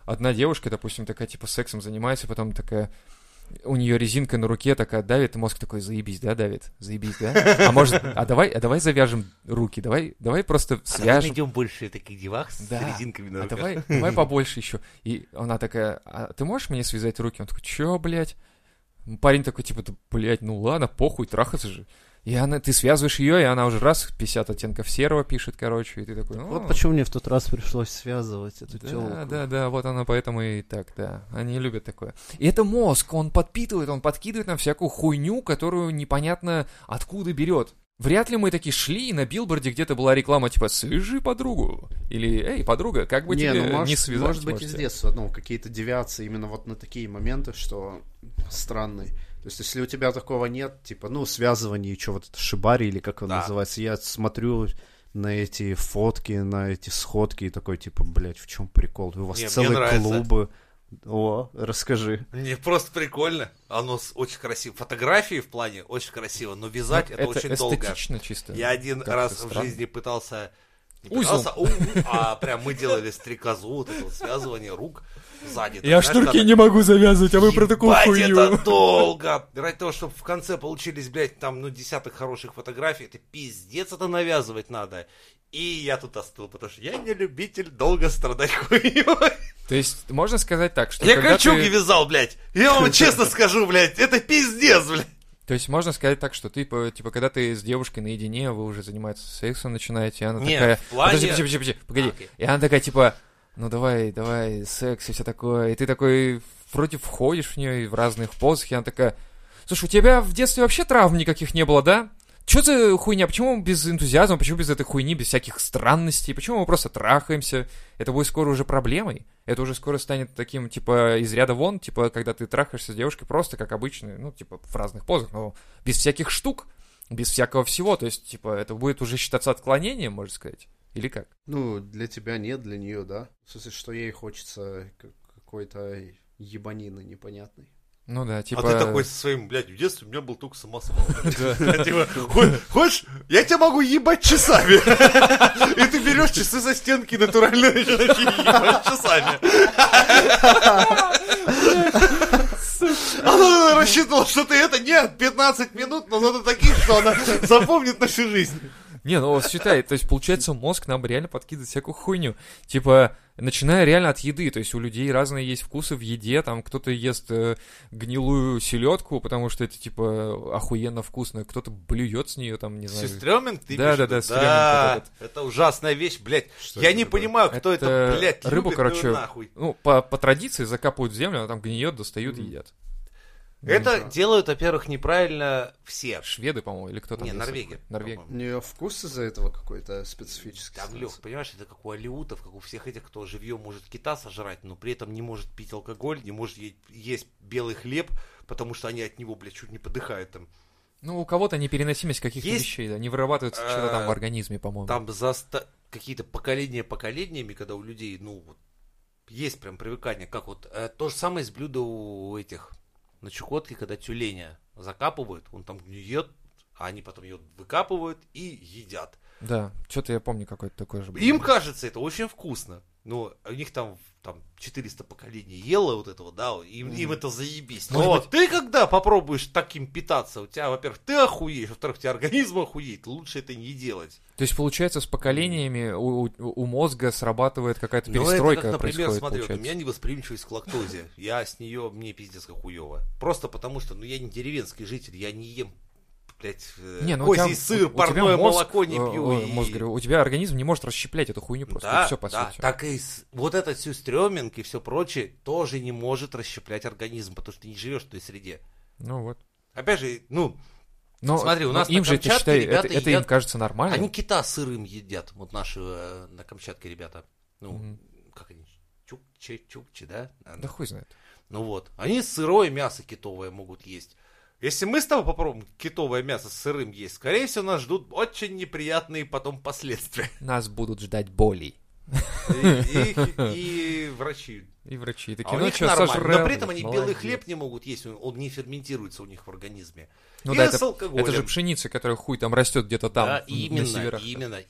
Speaker 3: одна девушка, допустим, такая, типа, сексом занимается, потом такая... У нее резинка на руке такая давит, и мозг такой, заебись, да, давит? Заебись, да? А может, а давай, а давай завяжем руки, давай, давай просто
Speaker 2: А
Speaker 3: свяжем.
Speaker 2: давай найдем больше таких девах с
Speaker 3: Да.
Speaker 2: резинками на
Speaker 3: А
Speaker 2: руках.
Speaker 3: давай, давай побольше еще. И она такая, а ты можешь мне связать руки? Он такой, чё, блядь? Парень такой, типа, да, блядь, ну ладно, похуй, трахаться же. И она, ты связываешь ее, и она уже раз пятьдесят оттенков серого пишет, короче, и ты такой, ну...
Speaker 1: Вот почему мне в тот раз пришлось связывать эту
Speaker 3: Да,
Speaker 1: тёлку.
Speaker 3: да, да, вот она поэтому и так, да. Они любят такое. И это мозг, он подпитывает, он подкидывает нам всякую хуйню, которую непонятно откуда берет. Вряд ли мы такие шли, и на билборде где-то была реклама типа «Свяжи подругу» или «Эй, подруга, как бы
Speaker 1: не,
Speaker 3: тебе
Speaker 1: ну, может,
Speaker 3: не связать?»
Speaker 1: может быть,
Speaker 3: можете?»
Speaker 1: из детства, ну, какие-то девиации именно вот на такие моменты, что странные. То есть, если у тебя такого нет, типа, ну, связывание, что вот это шибари, или как он
Speaker 2: Да.
Speaker 1: называется, я смотрю на эти фотки, на эти сходки, и такой, типа, блядь, в чем прикол? У вас
Speaker 2: Не, мне
Speaker 1: целые
Speaker 2: нравится.
Speaker 1: клубы. О, расскажи.
Speaker 2: Мне просто прикольно. Оно с- очень красиво. Фотографии в плане очень красиво, но вязать это, очень долго.
Speaker 3: эстетично чисто.
Speaker 2: Я один
Speaker 3: Как-то
Speaker 2: раз в
Speaker 3: странно.
Speaker 2: жизни пытался... Не
Speaker 3: Узел.
Speaker 2: пытался, у- а прям мы делали стрекозу, вот это вот связывание рук сзади.
Speaker 3: Я
Speaker 2: Знаешь,
Speaker 3: шнурки
Speaker 2: надо-
Speaker 3: не могу завязывать, а вы про такую
Speaker 2: Ебать,
Speaker 3: хуйню.
Speaker 2: это долго! Ради того, чтобы в конце получились, блядь, там, ну, десяток хороших фотографий, это пиздец, это навязывать надо. И я тут остыл, потому что я не любитель долго страдать хуйней.
Speaker 3: То есть, можно сказать так, что
Speaker 2: Я
Speaker 3: когда
Speaker 2: кольчуги
Speaker 3: ты...
Speaker 2: вязал, блядь. Я вам честно скажу, блядь, это пиздец, блядь.
Speaker 3: То есть, можно сказать так, что ты, по- типа, когда ты с девушкой наедине, вы уже занимаетесь сексом, начинаете, и она
Speaker 2: Не,
Speaker 3: такая...
Speaker 2: в плане-
Speaker 3: Подожди, подожди, подожди, погоди.
Speaker 2: А, окей.
Speaker 3: И она такая, типа, ну давай, давай, секс и все такое. И ты такой, вроде входишь в нее в разных позах, и она такая, слушай, у тебя в детстве вообще травм никаких не было, да? Что за хуйня? Почему без энтузиазма? Почему без этой хуйни, без всяких странностей? Почему мы просто трахаемся? Это будет скоро уже проблемой. Это уже скоро станет таким, типа, из ряда вон, типа, когда ты трахаешься с девушкой просто как обычно, ну, типа, в разных позах, но без всяких штук, без всякого всего. То есть, типа, это будет уже считаться отклонением, можно сказать. Или как?
Speaker 1: Ну, для тебя нет, для нее, да. В смысле, что ей хочется к- какой-то ебанины непонятной.
Speaker 3: Ну да, типа...
Speaker 2: А ты такой со своим, блядь, в детстве у меня был только самосвал. Типа, «Хо- хочешь, я тебя могу ебать часами. И ты берешь часы за стенки натурально начинаешь ебать часами. Она рассчитывала, что ты это, нет, пятнадцать минут, но надо таких, что она запомнит на всю жизнь.
Speaker 3: Не, ну вот считай, то есть получается мозг нам реально подкидывает всякую хуйню. Типа, начиная реально от еды, то есть у людей разные есть вкусы в еде, там кто-то ест э, гнилую селедку, потому что это типа охуенно вкусно, кто-то блюет с нее, там, не знаю.
Speaker 2: Сюстреминг, ты
Speaker 3: Да,
Speaker 2: имеешь
Speaker 3: да,
Speaker 2: в
Speaker 3: да,
Speaker 2: виду?
Speaker 3: стрёминг
Speaker 2: Да,
Speaker 3: вот этот.
Speaker 2: это ужасная вещь, блядь.
Speaker 1: Что
Speaker 2: Я
Speaker 1: это
Speaker 2: не
Speaker 1: такое?
Speaker 2: понимаю, кто это, блядь,
Speaker 3: рыбу,
Speaker 2: любит,
Speaker 3: короче,
Speaker 2: ну нахуй.
Speaker 3: ну, по, по традиции закапывают в землю, она там гниет, достают и едят.
Speaker 2: Это
Speaker 1: да.
Speaker 2: делают, во-первых, неправильно все.
Speaker 3: Шведы, по-моему, или кто там?
Speaker 2: Не,
Speaker 3: есть?
Speaker 2: Норвегия.
Speaker 3: Норвегия.
Speaker 1: У нее вкус из-за этого какой-то специфический.
Speaker 2: Там, Лех, понимаешь, это как у алиутов, как у всех этих, кто живьем может кита сожрать, но при этом не может пить алкоголь, не может е- есть белый хлеб, потому что они от него, блядь, чуть не подыхают там.
Speaker 3: Ну, у кого-то непереносимость каких-то
Speaker 2: Есть,
Speaker 3: вещей, да, не вырабатывается что-то там в
Speaker 2: э,
Speaker 3: организме, по-моему.
Speaker 2: Там за ста- какие-то поколения поколениями, когда у людей, ну, вот, есть прям привыкание, как вот, э, то же самое с блюда у этих, на Чукотке, когда тюленя закапывают, он там гниет, а они потом ее выкапывают и едят.
Speaker 3: Да, что-то я помню какой-то такой же. был.
Speaker 2: Им кажется это очень вкусно. Ну, у них там, там четыреста поколений ело вот этого, да, им, им это заебись.
Speaker 3: Может
Speaker 2: Но
Speaker 3: быть-
Speaker 2: ты когда попробуешь таким питаться, у тебя, во-первых, ты охуеешь, во-вторых, у тебя организм охуеет, лучше это не делать.
Speaker 3: То есть, получается, с поколениями у, у- у мозга срабатывает какая-то
Speaker 2: Ну, это
Speaker 3: перестройка
Speaker 2: как, например,
Speaker 3: происходит,
Speaker 2: смотри, вот у
Speaker 3: получается.
Speaker 2: меня невосприимчивость к лактозе. Я с нее, мне пиздец как хуево. Просто потому что, ну, я не деревенский житель, я не ем, блядь, э,
Speaker 3: Не, ну, у
Speaker 2: козий
Speaker 3: тебя-
Speaker 2: сыр,
Speaker 3: у- у тебя
Speaker 2: парное
Speaker 3: мозг,
Speaker 2: молоко не
Speaker 3: э,
Speaker 2: пью.
Speaker 3: э,
Speaker 2: и-
Speaker 3: Мозг, говорю, у тебя организм не может расщеплять эту хуйню просто.
Speaker 2: Да,
Speaker 3: все, по
Speaker 2: да,
Speaker 3: сути.
Speaker 2: так и с- вот этот сюстреминг и все прочее тоже не может расщеплять организм, потому что ты не живешь в той среде.
Speaker 3: Ну вот.
Speaker 2: Опять же, ну,
Speaker 3: Но,
Speaker 2: Смотри, у
Speaker 3: но
Speaker 2: нас
Speaker 3: им
Speaker 2: на
Speaker 3: же, ты
Speaker 2: Камчатке
Speaker 3: считай,
Speaker 2: ребята
Speaker 3: это, это
Speaker 2: едят-
Speaker 3: им кажется нормально.
Speaker 2: они кита сырым едят, вот наши э, на Камчатке ребята. Ну,
Speaker 3: Мгм.
Speaker 2: как они? Чукче, чукче, да?
Speaker 3: Да хуй знает.
Speaker 2: Ну вот, они сырое мясо китовое могут есть. Если мы с тобой попробуем китовое мясо с сырым есть, скорее всего, нас ждут очень неприятные потом последствия.
Speaker 3: Нас будут ждать болей.
Speaker 2: И, и- и врачи.
Speaker 3: И врачи
Speaker 2: А
Speaker 3: такие,
Speaker 2: у
Speaker 3: ну
Speaker 2: них
Speaker 3: что,
Speaker 2: нормально.
Speaker 3: сожрал?
Speaker 2: Но при этом они белый
Speaker 3: Молодец.
Speaker 2: хлеб не могут есть, он, он не ферментируется у них в организме.
Speaker 3: Ну
Speaker 2: И
Speaker 3: да,
Speaker 2: с
Speaker 3: это,
Speaker 2: алкоголем.
Speaker 3: это же пшеница, которая хуй там растет где-то там,
Speaker 2: Да,
Speaker 3: в- на
Speaker 2: именно,
Speaker 3: северах.
Speaker 2: именно. И,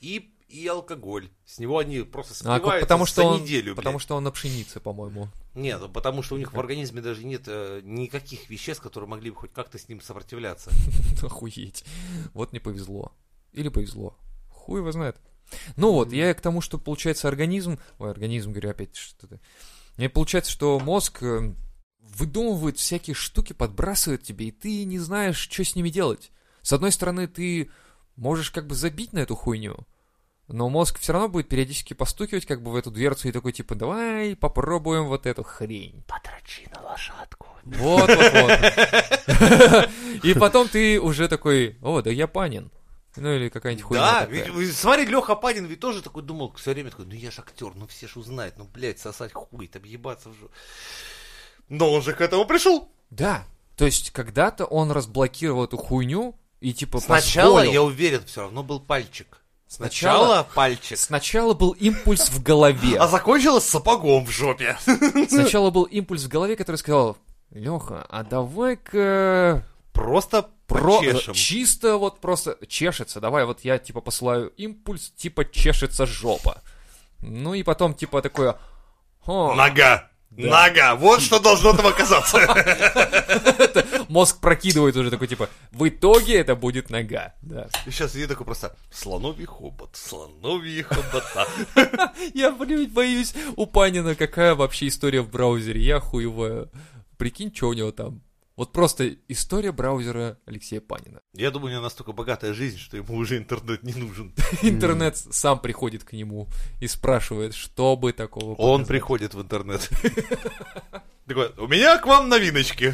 Speaker 2: и алкоголь. С него они просто
Speaker 3: А,
Speaker 2: спиваются
Speaker 3: потому что
Speaker 2: за
Speaker 3: он,
Speaker 2: неделю, блядь.
Speaker 3: Потому что он на пшенице, по-моему.
Speaker 2: Нет, потому что у них в организме даже нет э, никаких веществ, которые могли бы хоть как-то с ним сопротивляться.
Speaker 3: Охуеть. Вот не повезло. Или повезло. Хуй его знает. Ну вот, я к тому, что получается организм... Ой, организм, говорю, опять что-то... Мне получается, что мозг э, выдумывает всякие штуки, подбрасывает тебе, и ты не знаешь, что с ними делать. С одной стороны, ты можешь как бы забить на эту хуйню, но мозг все равно будет периодически постукивать как бы в эту дверцу и такой типа, давай попробуем вот эту хрень.
Speaker 2: Подрочи на лошадку.
Speaker 3: Вот, вот, вот. И потом ты уже такой, о, да я Панин. Ну или какая-нибудь хуйня
Speaker 2: Да,
Speaker 3: такая.
Speaker 2: ведь, смотри, Леха Панин ведь тоже такой думал все время, такой, ну я ж актер, ну все ж узнают, ну, блядь, сосать хуй, объебаться в жопу. Но он же к этому пришел.
Speaker 3: Да, то есть когда-то он разблокировал эту хуйню и типа
Speaker 2: Сначала,
Speaker 3: позволил.
Speaker 2: я уверен, все равно был пальчик.
Speaker 3: Сначала-
Speaker 2: Сначала пальчик.
Speaker 3: Сначала был импульс в голове.
Speaker 2: А закончилось сапогом в жопе.
Speaker 3: Сначала был импульс в голове, который сказал, Леха, а давай-ка
Speaker 2: Просто
Speaker 3: про...
Speaker 2: почешем.
Speaker 3: чисто вот просто чешется. Давай вот я типа посылаю импульс, типа чешется жопа. Ну и потом типа такое... «О,
Speaker 2: Нога.
Speaker 3: Да.
Speaker 2: Нога. Вот что должно там оказаться.
Speaker 3: Мозг прокидывает уже такой типа, в итоге это будет нога. Да.
Speaker 2: И сейчас я такой просто, слоновий хобот, слоновий хобота.
Speaker 3: Я, блядь, боюсь у Панина, какая вообще история в браузере. Я хуевая. Прикинь, что у него там. Вот просто история браузера Алексея Панина.
Speaker 2: Я думаю, у него настолько богатая жизнь, что ему уже интернет не нужен.
Speaker 3: Интернет сам приходит к нему и спрашивает, что бы такого
Speaker 2: Он
Speaker 3: показать.
Speaker 2: приходит в интернет. Такой, у меня к вам новиночки.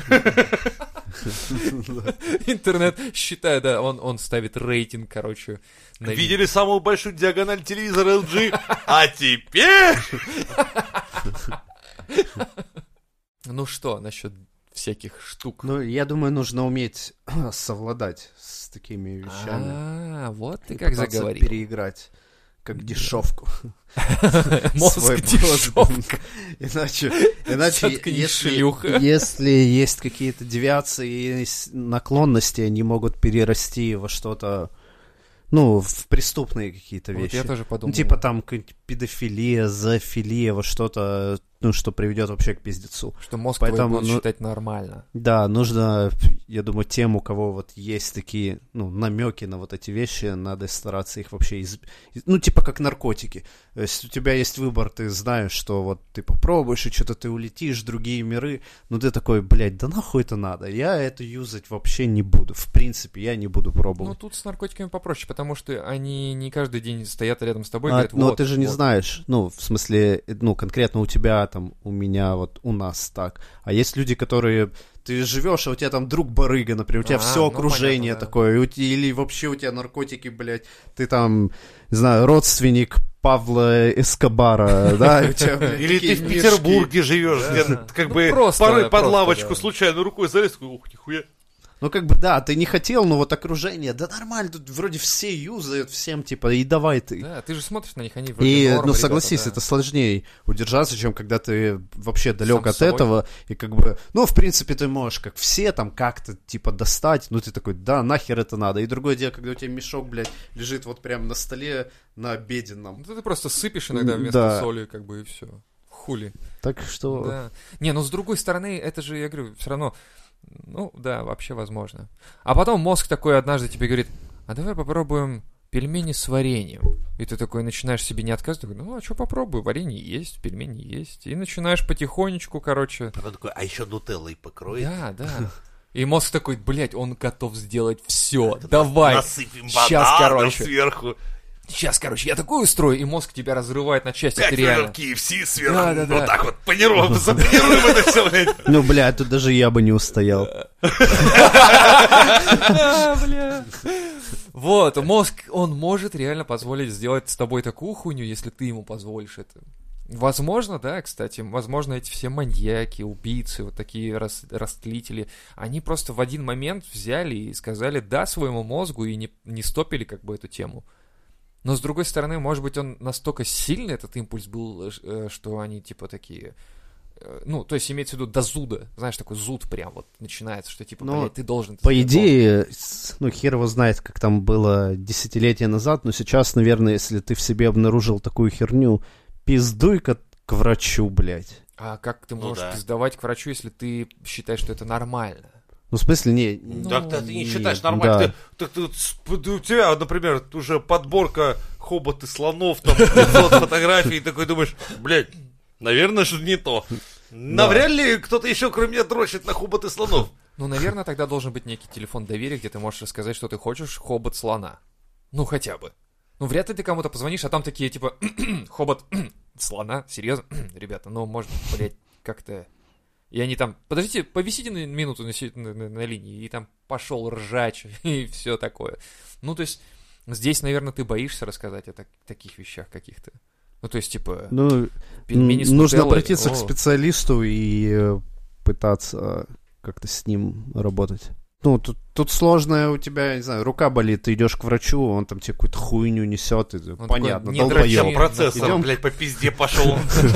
Speaker 3: Интернет считает, да, он, он ставит рейтинг, короче. на ви-
Speaker 2: Видели самую большую диагональ телевизора эл джи? А теперь...
Speaker 3: Ну что, насчет всяких штук?
Speaker 1: Ну, я думаю, нужно уметь совладать с такими вещами.
Speaker 3: А, вот ты
Speaker 1: И
Speaker 3: как
Speaker 1: пытаться
Speaker 3: заговорил.
Speaker 1: переиграть, как дешевку.
Speaker 3: Мозг
Speaker 1: Свой
Speaker 3: дешевка.
Speaker 1: мозг. Иначе, иначе
Speaker 3: Заткнись,
Speaker 1: если,
Speaker 3: шлюха.
Speaker 1: если есть какие-то девиации и с- наклонности, они могут перерасти во что-то, ну, в преступные какие-то
Speaker 3: Вот
Speaker 1: вещи.
Speaker 3: я тоже подумал.
Speaker 1: Ну, типа там какая-нибудь педофилия, зоофилия, во что-то, ну, что приведет вообще к пиздецу.
Speaker 3: Что мозг
Speaker 1: Поэтому,
Speaker 3: твой будет
Speaker 1: ну,
Speaker 3: считать нормально.
Speaker 1: Да, нужно, я думаю, тем, у кого вот есть такие, ну, намеки на вот эти вещи, надо стараться их вообще, из... из- ну, типа как наркотики. То есть у тебя есть выбор, ты знаешь, что вот ты попробуешь, и что-то ты улетишь в другие миры, но ты такой, блядь, да нахуй это надо? Я это юзать вообще не буду. В принципе, я не буду
Speaker 3: Ну,
Speaker 1: пробовать.
Speaker 3: тут с наркотиками попроще, потому что они не каждый день стоят рядом с тобой и
Speaker 1: А,
Speaker 3: говорят,
Speaker 1: но
Speaker 3: вот,
Speaker 1: ты же не
Speaker 3: вот.
Speaker 1: знаешь, ну, в смысле, ну, конкретно у тебя там, у меня, вот, у нас так. А есть люди, которые... Ты живешь, а у тебя там друг барыга, например, у тебя
Speaker 3: А,
Speaker 1: все
Speaker 3: ну,
Speaker 1: окружение
Speaker 3: понятно, да.
Speaker 1: такое, и у те- или вообще у тебя наркотики, блядь, ты там, не знаю, родственник Павла Эскобара, да, и у тебя, блядь,
Speaker 2: Или ты
Speaker 1: такие
Speaker 2: в
Speaker 1: мешки.
Speaker 2: Петербурге живешь, где как
Speaker 3: Ну,
Speaker 2: бы
Speaker 3: просто,
Speaker 2: порой под
Speaker 3: просто,
Speaker 2: лавочку
Speaker 3: да.
Speaker 2: случайно рукой залез, такой, ух, нихуя.
Speaker 1: Ну, как бы, да, ты не хотел, но вот окружение, да нормально, тут вроде все юзают всем, типа, и давай ты.
Speaker 3: Да, ты же смотришь на них, они вроде
Speaker 1: И,
Speaker 3: норм,
Speaker 1: ну,
Speaker 3: ребята,
Speaker 1: согласись,
Speaker 3: да.
Speaker 1: это сложнее удержаться, чем когда ты вообще далек
Speaker 3: Сам с
Speaker 1: от
Speaker 3: собой.
Speaker 1: этого, и как бы, ну, в принципе, ты можешь, как все, там, как-то, типа, достать, ну, ты такой, да, нахер это надо. И другое дело, когда у тебя мешок, блядь, лежит вот прямо на столе, на обеденном.
Speaker 3: Ну, ты просто сыпешь иногда вместо
Speaker 1: Да.
Speaker 3: соли, как бы, и все. Хули.
Speaker 1: Так что...
Speaker 3: Да. Не, ну с другой стороны, это же, я говорю, все равно, ну да, вообще возможно. А потом мозг такой однажды тебе говорит, а давай попробуем пельмени с вареньем. И ты такой начинаешь себе не отказывать, такой, ну а что попробую, варенье есть, пельмени есть. И начинаешь потихонечку, короче.
Speaker 2: Потом такой, а еще нутеллой покроет.
Speaker 3: Да, да. И мозг такой, блядь, он готов сделать все. Давай.
Speaker 2: Насыпем
Speaker 3: Щас,
Speaker 2: бананов
Speaker 3: короче.
Speaker 2: сверху.
Speaker 3: Сейчас, короче, я такое устрою, и мозг тебя разрывает на части.
Speaker 2: Пять
Speaker 3: Это реально.
Speaker 2: ведер кей эф си сверху.
Speaker 3: Да, да, да.
Speaker 2: Вот так вот, панируем, запанируем это все, блядь.
Speaker 1: Ну, бля, тут даже я бы не устоял.
Speaker 3: А, бля. Вот, мозг, он может реально позволить сделать с тобой такую хуйню, если ты ему позволишь это. Возможно, да, кстати, возможно, эти все маньяки, убийцы, вот такие рас- растлители, они просто в один момент взяли и сказали «да» своему мозгу и не, не стопили как бы эту тему. Но, с другой стороны, может быть, он настолько сильный, этот импульс был, э, что они типа такие... ну, то есть имеется в виду до зуда, знаешь, такой зуд прям вот начинается, что типа,
Speaker 1: Ну,
Speaker 3: блядь, ты должен...
Speaker 1: По
Speaker 3: ты
Speaker 1: идее, с- ну, хер его знает, как там было десятилетия назад, но сейчас, наверное, если ты в себе обнаружил такую херню, пиздуй-ка к врачу, блядь.
Speaker 3: А как ты
Speaker 2: Ну
Speaker 3: можешь
Speaker 2: да.
Speaker 3: пиздовать к врачу, если ты считаешь, что это нормально?
Speaker 1: Ну, в смысле, не...
Speaker 3: Ну,
Speaker 2: Так ты, ты не
Speaker 1: нет,
Speaker 2: считаешь нормально.
Speaker 1: да.
Speaker 2: Ты, так ты вот с- у тебя, например, уже подборка хоботы слонов, там пятьсот фотографий, и такой думаешь, блядь, наверное же не то. Навряд ли кто-то еще, кроме меня, дрочит на хоботы слонов.
Speaker 3: Ну, наверное, тогда должен быть некий телефон доверия, где ты можешь рассказать, что ты хочешь, хобот слона. Ну, хотя бы. Ну, вряд ли ты кому-то позвонишь, а там такие, типа, хобот слона, серьезно? Ребята, ну, может, блядь, как-то... И они там, подождите, повисите на минуту на, си- на- на- на линии, и там пошел ржач, и все такое. Ну, то есть, здесь, наверное, ты боишься рассказать о так- таких вещах каких-то. Ну, то есть, типа,
Speaker 1: Ну,
Speaker 3: пельмени с
Speaker 1: н- нужно
Speaker 3: нутеллой,
Speaker 1: обратиться к
Speaker 3: о.
Speaker 1: специалисту и э, пытаться как-то с ним работать. Ну, тут, тут сложно, у тебя, не знаю, рука болит, ты идешь к врачу, он там тебе какую-то хуйню несет, и ты-
Speaker 3: такой,
Speaker 1: понятно,
Speaker 3: не
Speaker 1: долбоёб.
Speaker 3: дрочи.
Speaker 2: Чем процессор,
Speaker 1: Идем.
Speaker 2: блядь, по пизде пошел.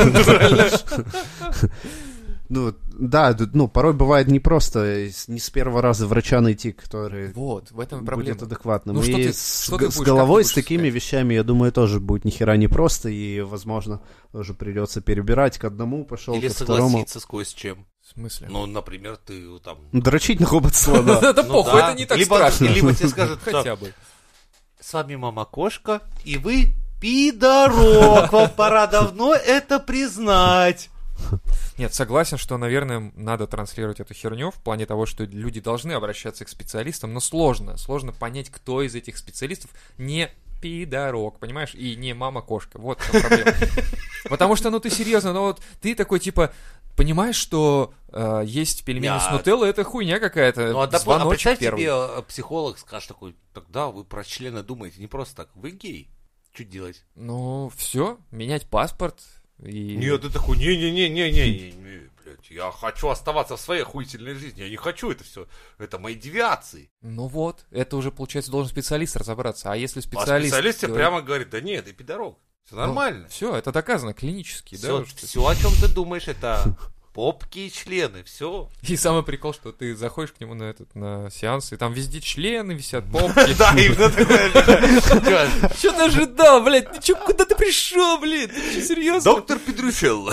Speaker 1: Ну, да, д- ну, порой бывает непросто с- не с первого раза врача найти, который
Speaker 3: Вот, в этом и проблема.
Speaker 1: будет адекватным.
Speaker 3: Ну, что
Speaker 1: и
Speaker 3: ты-
Speaker 1: с,
Speaker 3: что
Speaker 1: г-
Speaker 3: ты
Speaker 1: с
Speaker 3: будешь,
Speaker 1: головой,
Speaker 3: как
Speaker 1: с
Speaker 3: ты будешь
Speaker 1: такими
Speaker 3: искать?
Speaker 1: вещами, я думаю, тоже будет нихера непросто, и, возможно, тоже придется перебирать. К одному пошел,
Speaker 2: Или
Speaker 1: к второму.
Speaker 2: согласиться с кое с чем.
Speaker 3: В смысле?
Speaker 2: Ну, например, ты там...
Speaker 1: Дрочить на хобот слона.
Speaker 3: Это
Speaker 2: ну
Speaker 3: похуй,
Speaker 2: да.
Speaker 3: это не так
Speaker 2: Либо-
Speaker 3: страшно.
Speaker 2: Либо тебе скажут, что
Speaker 3: Хотя бы.
Speaker 2: с вами мама-кошка, и вы пидорок, вам пора давно это признать.
Speaker 3: Нет, согласен, что, наверное, надо транслировать эту херню в плане того, что люди должны обращаться к специалистам, но сложно. Сложно понять, кто из этих специалистов не пидорок, понимаешь, и не мама-кошка. Вот в чем проблема. Потому что, ну ты серьезно, ну вот ты такой, типа, понимаешь, что э, есть пельмени
Speaker 2: Не,
Speaker 3: с
Speaker 2: а-
Speaker 3: нутеллой, это хуйня какая-то.
Speaker 2: Ну, а, доп- а
Speaker 3: звоночек
Speaker 2: представь
Speaker 3: первый.
Speaker 2: тебе, э, психолог скажет такой, тогда вы про члены думаете, не просто так, вы гей. Что делать?
Speaker 3: Ну, все, менять паспорт. И...
Speaker 2: Нет, ты такой, не-не-не-не-не, блядь, я хочу оставаться в своей охуительной жизни, я не хочу это все, это мои девиации.
Speaker 3: Ну вот, это уже, получается, должен специалист разобраться. А если
Speaker 2: А
Speaker 3: специалист...
Speaker 2: специалист тебе
Speaker 3: говорит,
Speaker 2: прямо говорит, да нет, ты пидорок, все нормально.
Speaker 3: Все, это доказано клинически,
Speaker 2: Все,
Speaker 3: да? что-
Speaker 2: все, о чем ты думаешь, это попки и члены, все.
Speaker 3: И самый прикол, что ты заходишь к нему на этот на сеанс, и там везде члены висят, попки.
Speaker 2: Да, именно такое.
Speaker 3: Что ты ожидал, блядь? Ты чё, куда ты пришел, блядь? Ты что, серьезно?
Speaker 2: Доктор Петрушелло.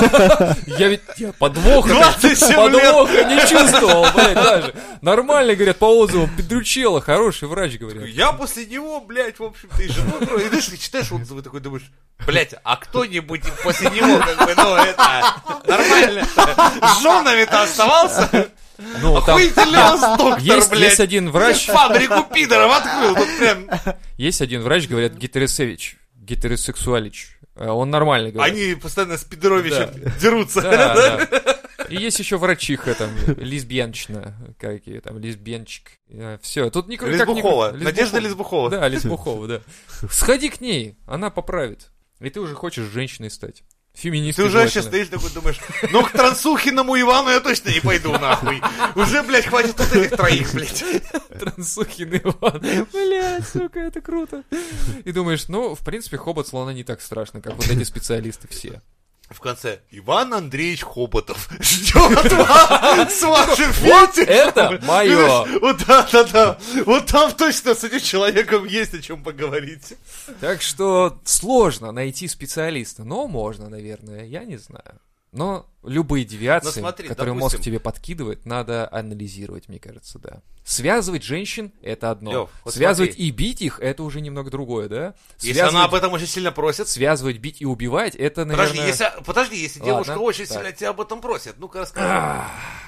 Speaker 3: Я ведь я подвоха,
Speaker 2: двадцать семь лет.
Speaker 3: подвоха не чувствовал, блядь, даже. Нормально, говорят, по отзывам, Петручелло, хороший врач, говорят.
Speaker 2: Я после него, блядь, в общем-то, и жену трою. И знаешь, ты читаешь отзывы, такой думаешь, блядь, а кто-нибудь после него, как бы, ну, это, нормально. С женами-то оставался.
Speaker 3: Ну, там
Speaker 2: Охуительный у вас доктор,
Speaker 3: есть,
Speaker 2: блядь.
Speaker 3: есть один врач,
Speaker 2: Фабрику пидоров открыл, тут прям.
Speaker 3: есть один врач, говорят, гетеросевич, гетеросексуалич. Э, Он нормально говорит.
Speaker 2: Они постоянно с пидоровичем дерутся.
Speaker 3: Да, да. И есть еще врачиха там, лесбиянчина, какие там, лесбиянчик. Все, тут никак никак не...
Speaker 2: Лесбухова. Надежда Лесбухова.
Speaker 3: Да, Лесбухова, да. Сходи к ней, она поправит. И ты уже хочешь женщиной стать.
Speaker 2: Ты
Speaker 3: Феминисткой
Speaker 2: уже сейчас
Speaker 3: желательно.
Speaker 2: стоишь такой, думаешь, ну к Трансухиному Ивану я точно не пойду нахуй. Уже, блядь, хватит вот этих троих, блядь.
Speaker 3: Трансухин Иван. Блядь, сука, это круто. И думаешь, ну, в принципе, хобот слона не так страшно, как вот эти специалисты все.
Speaker 2: В конце, Иван Андреевич Хоботов ждет вас с вашим фетишем.
Speaker 3: Это мое.
Speaker 2: Вот да, да, да. Вот там точно с этим человеком есть о чем поговорить.
Speaker 3: Так что сложно найти специалиста, но можно, наверное, я не знаю. Но любые девиации,
Speaker 2: Но смотри,
Speaker 3: которые
Speaker 2: допустим-
Speaker 3: мозг тебе подкидывает, надо анализировать, мне кажется, да. Связывать женщин — это одно.
Speaker 2: Лёв, вот
Speaker 3: Связывать
Speaker 2: смотри.
Speaker 3: и бить их — это уже немного другое, да?
Speaker 2: Если
Speaker 3: Связывать,
Speaker 2: она об этом очень сильно просит.
Speaker 3: связывать, бить и убивать — это, наверное...
Speaker 2: Подожди, если, подожди, если
Speaker 3: Ладно,
Speaker 2: девушка очень
Speaker 3: так.
Speaker 2: сильно тебя об этом просит, ну-ка расскажи.
Speaker 3: Ах,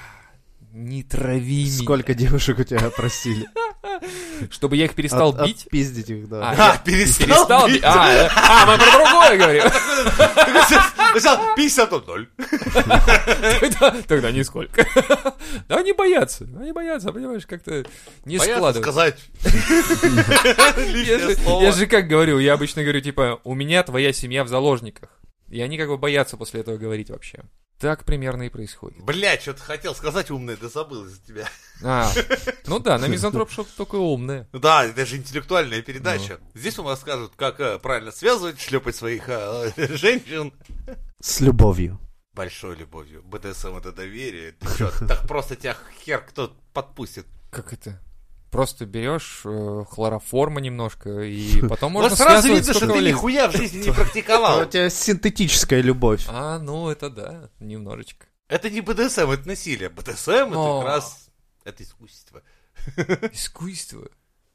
Speaker 3: не трави меня.
Speaker 1: Сколько девушек у тебя просили?
Speaker 3: Чтобы я их перестал
Speaker 1: От-
Speaker 3: бить?
Speaker 1: Отпиздить их, да.
Speaker 3: А,
Speaker 2: А,
Speaker 3: я
Speaker 2: перестал,
Speaker 3: перестал
Speaker 2: бить.
Speaker 3: бить? А, э, а, мы про другое говорим.
Speaker 2: Сначала пятьдесят ноль.
Speaker 3: Тогда, тогда нисколько. Да они боятся, они боятся, понимаешь, как-то не
Speaker 2: Боятся
Speaker 3: складывается.
Speaker 2: сказать
Speaker 3: Я
Speaker 2: лишнее
Speaker 3: же,
Speaker 2: слово.
Speaker 3: я же как говорю, я обычно говорю, типа, у меня твоя семья в заложниках. И они как бы боятся после этого говорить вообще. Так примерно и происходит.
Speaker 2: Блядь, что-то хотел сказать умное, да забыл из-за тебя.
Speaker 3: А, ну да, на Мизантроп Шоп только умные.
Speaker 2: Ну да, это же интеллектуальная передача. Здесь вам расскажут, как э, правильно связывать, шлепать своих э, женщин.
Speaker 1: С любовью.
Speaker 2: большой любовью. БДСМ — это доверие. Ты чё, так просто тебя хер кто подпустит.
Speaker 3: Как это? Просто берешь э, хлороформа немножко, и потом можно
Speaker 2: Вот сразу
Speaker 3: связывать
Speaker 2: видно, что
Speaker 3: сколько
Speaker 2: ты
Speaker 3: влезет.
Speaker 2: нихуя в жизни не
Speaker 1: А
Speaker 2: практиковал.
Speaker 1: у тебя синтетическая любовь.
Speaker 3: А, ну это да, немножечко.
Speaker 2: Это не БДСМ, это насилие. БДСМ — это
Speaker 3: О.
Speaker 2: как раз... Это искусство.
Speaker 3: Искусство.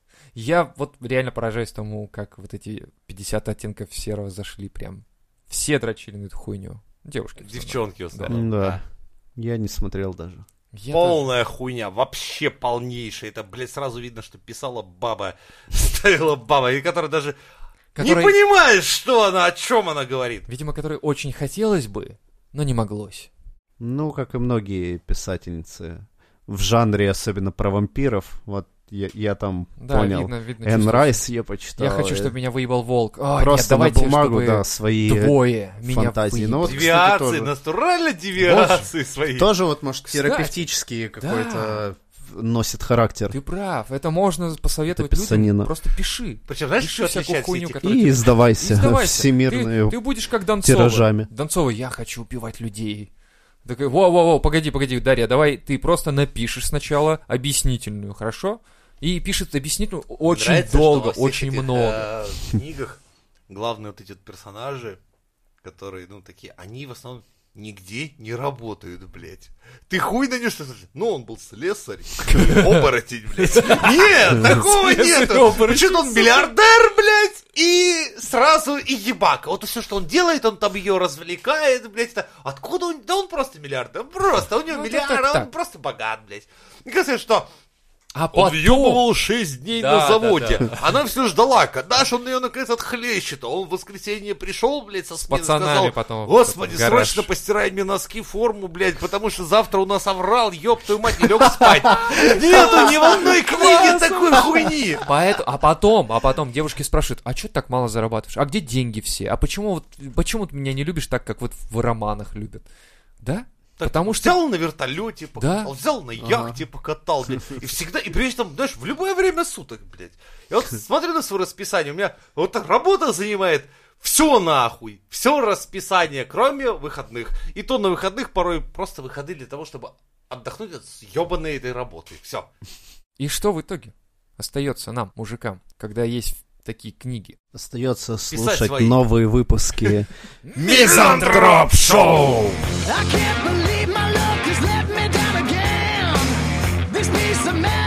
Speaker 3: Я вот реально поражаюсь тому, как вот эти пятьдесят оттенков серого зашли прям. Все дрочили на эту хуйню. Девушки. в основном.
Speaker 2: Девчонки в основном.
Speaker 1: Да. Я не смотрел даже.
Speaker 3: Я
Speaker 2: Полная хуйня, вообще полнейшая. Это, блядь, сразу видно, что писала баба, ставила баба, и которая даже
Speaker 3: Которой-
Speaker 2: не понимает, что она, о чем она говорит.
Speaker 3: тоже- Видимо, которой очень хотелось бы, но не моглось.
Speaker 1: Ну, как и многие писательницы в жанре, особенно про вампиров. Вот я, я там
Speaker 3: Да,
Speaker 1: понял.
Speaker 3: видно, видно.
Speaker 1: Энн
Speaker 3: чувствуется.
Speaker 1: Райс я почитал.
Speaker 3: Я хочу,
Speaker 1: э,
Speaker 3: чтобы меня выебал волк. А, нет,
Speaker 1: Просто
Speaker 3: давайте,
Speaker 1: на бумагу,
Speaker 3: чтобы
Speaker 1: да, свои
Speaker 3: двое меня
Speaker 1: фантазии. Ну,
Speaker 3: выебали.
Speaker 1: вот, кстати,
Speaker 2: Девиации,
Speaker 1: тоже.
Speaker 2: натурально девиации свои.
Speaker 1: Тоже вот, может,
Speaker 3: Кстати,
Speaker 1: терапевтический какой-то носит характер.
Speaker 3: Ты прав, это можно посоветовать
Speaker 1: Это писанина.
Speaker 3: людям. Просто пиши.
Speaker 2: Причем, знаешь,
Speaker 3: Пиши
Speaker 2: что
Speaker 3: всякую
Speaker 2: отличает
Speaker 3: хуйню,
Speaker 2: все эти...
Speaker 3: которая
Speaker 1: И
Speaker 3: тебе-
Speaker 1: издавайся,
Speaker 3: И сдавайся.
Speaker 1: всемирную
Speaker 3: Ты, ты будешь как Донцова.
Speaker 1: тиражами.
Speaker 3: Донцова, я хочу убивать людей. Такой, во-во-во, погоди, погоди, Дарья, давай ты просто напишешь сначала объяснительную, хорошо? И пишет объяснительную очень
Speaker 2: Нравится,
Speaker 3: долго,
Speaker 2: что во всех
Speaker 3: очень
Speaker 2: этих,
Speaker 3: много.
Speaker 2: э, книгах главные вот эти вот персонажи, которые, ну, такие, они в основном нигде не работают, блядь. Ты хуй на него что слышишь? Ну, он был слесарь, и оборотень, блядь. Нет, такого нету. Почему он миллиардер, блядь, и сразу и ебака. Вот все, что он делает, он там ее развлекает, блядь. это- Откуда он? Да он просто миллиардер. Просто, у него
Speaker 3: Ну,
Speaker 2: миллиард,
Speaker 3: так, так,
Speaker 2: он
Speaker 3: так.
Speaker 2: просто богат, блядь. Мне кажется, что
Speaker 3: А
Speaker 2: он
Speaker 3: потом...
Speaker 2: въебывал шесть дней
Speaker 3: Да,
Speaker 2: на
Speaker 3: да,
Speaker 2: заводе.
Speaker 3: да.
Speaker 2: Она все ждала, когда ж он ее наконец отхлещет. А он в воскресенье пришел, блядь, со смены,
Speaker 3: пацанами
Speaker 2: сказал:
Speaker 3: потом
Speaker 2: Господи,
Speaker 3: в гараж.
Speaker 2: срочно постирай мне носки, форму, блядь, потому что завтра у нас оврал, ёб твою мать, не лег спать. Нету ни в одной книге такой хуйни.
Speaker 3: Поэтому, а потом, а потом девушки спрашивают, а что ты так мало зарабатываешь? А где деньги все? А почему вот, почему ты меня не любишь так, как вот в романах любят? Да?
Speaker 2: Так,
Speaker 3: Потому что...
Speaker 2: взял на вертолете покатал,
Speaker 3: Да.
Speaker 2: взял на яхте покатал, блядь. И всегда, и при этом, знаешь, в любое время суток, блядь. Я вот смотрю на свое расписание, у меня вот так работа занимает все нахуй, все расписание, кроме выходных. И то на выходных порой просто выходы для того, чтобы отдохнуть от ебаной этой работы. Все.
Speaker 3: И что в итоге остается нам, мужикам, когда есть такие книги?
Speaker 1: Остается слушать
Speaker 2: свои.
Speaker 1: новые выпуски
Speaker 2: Мизантроп Шоу!
Speaker 4: I can't believe my luck has let me down again. This piece of man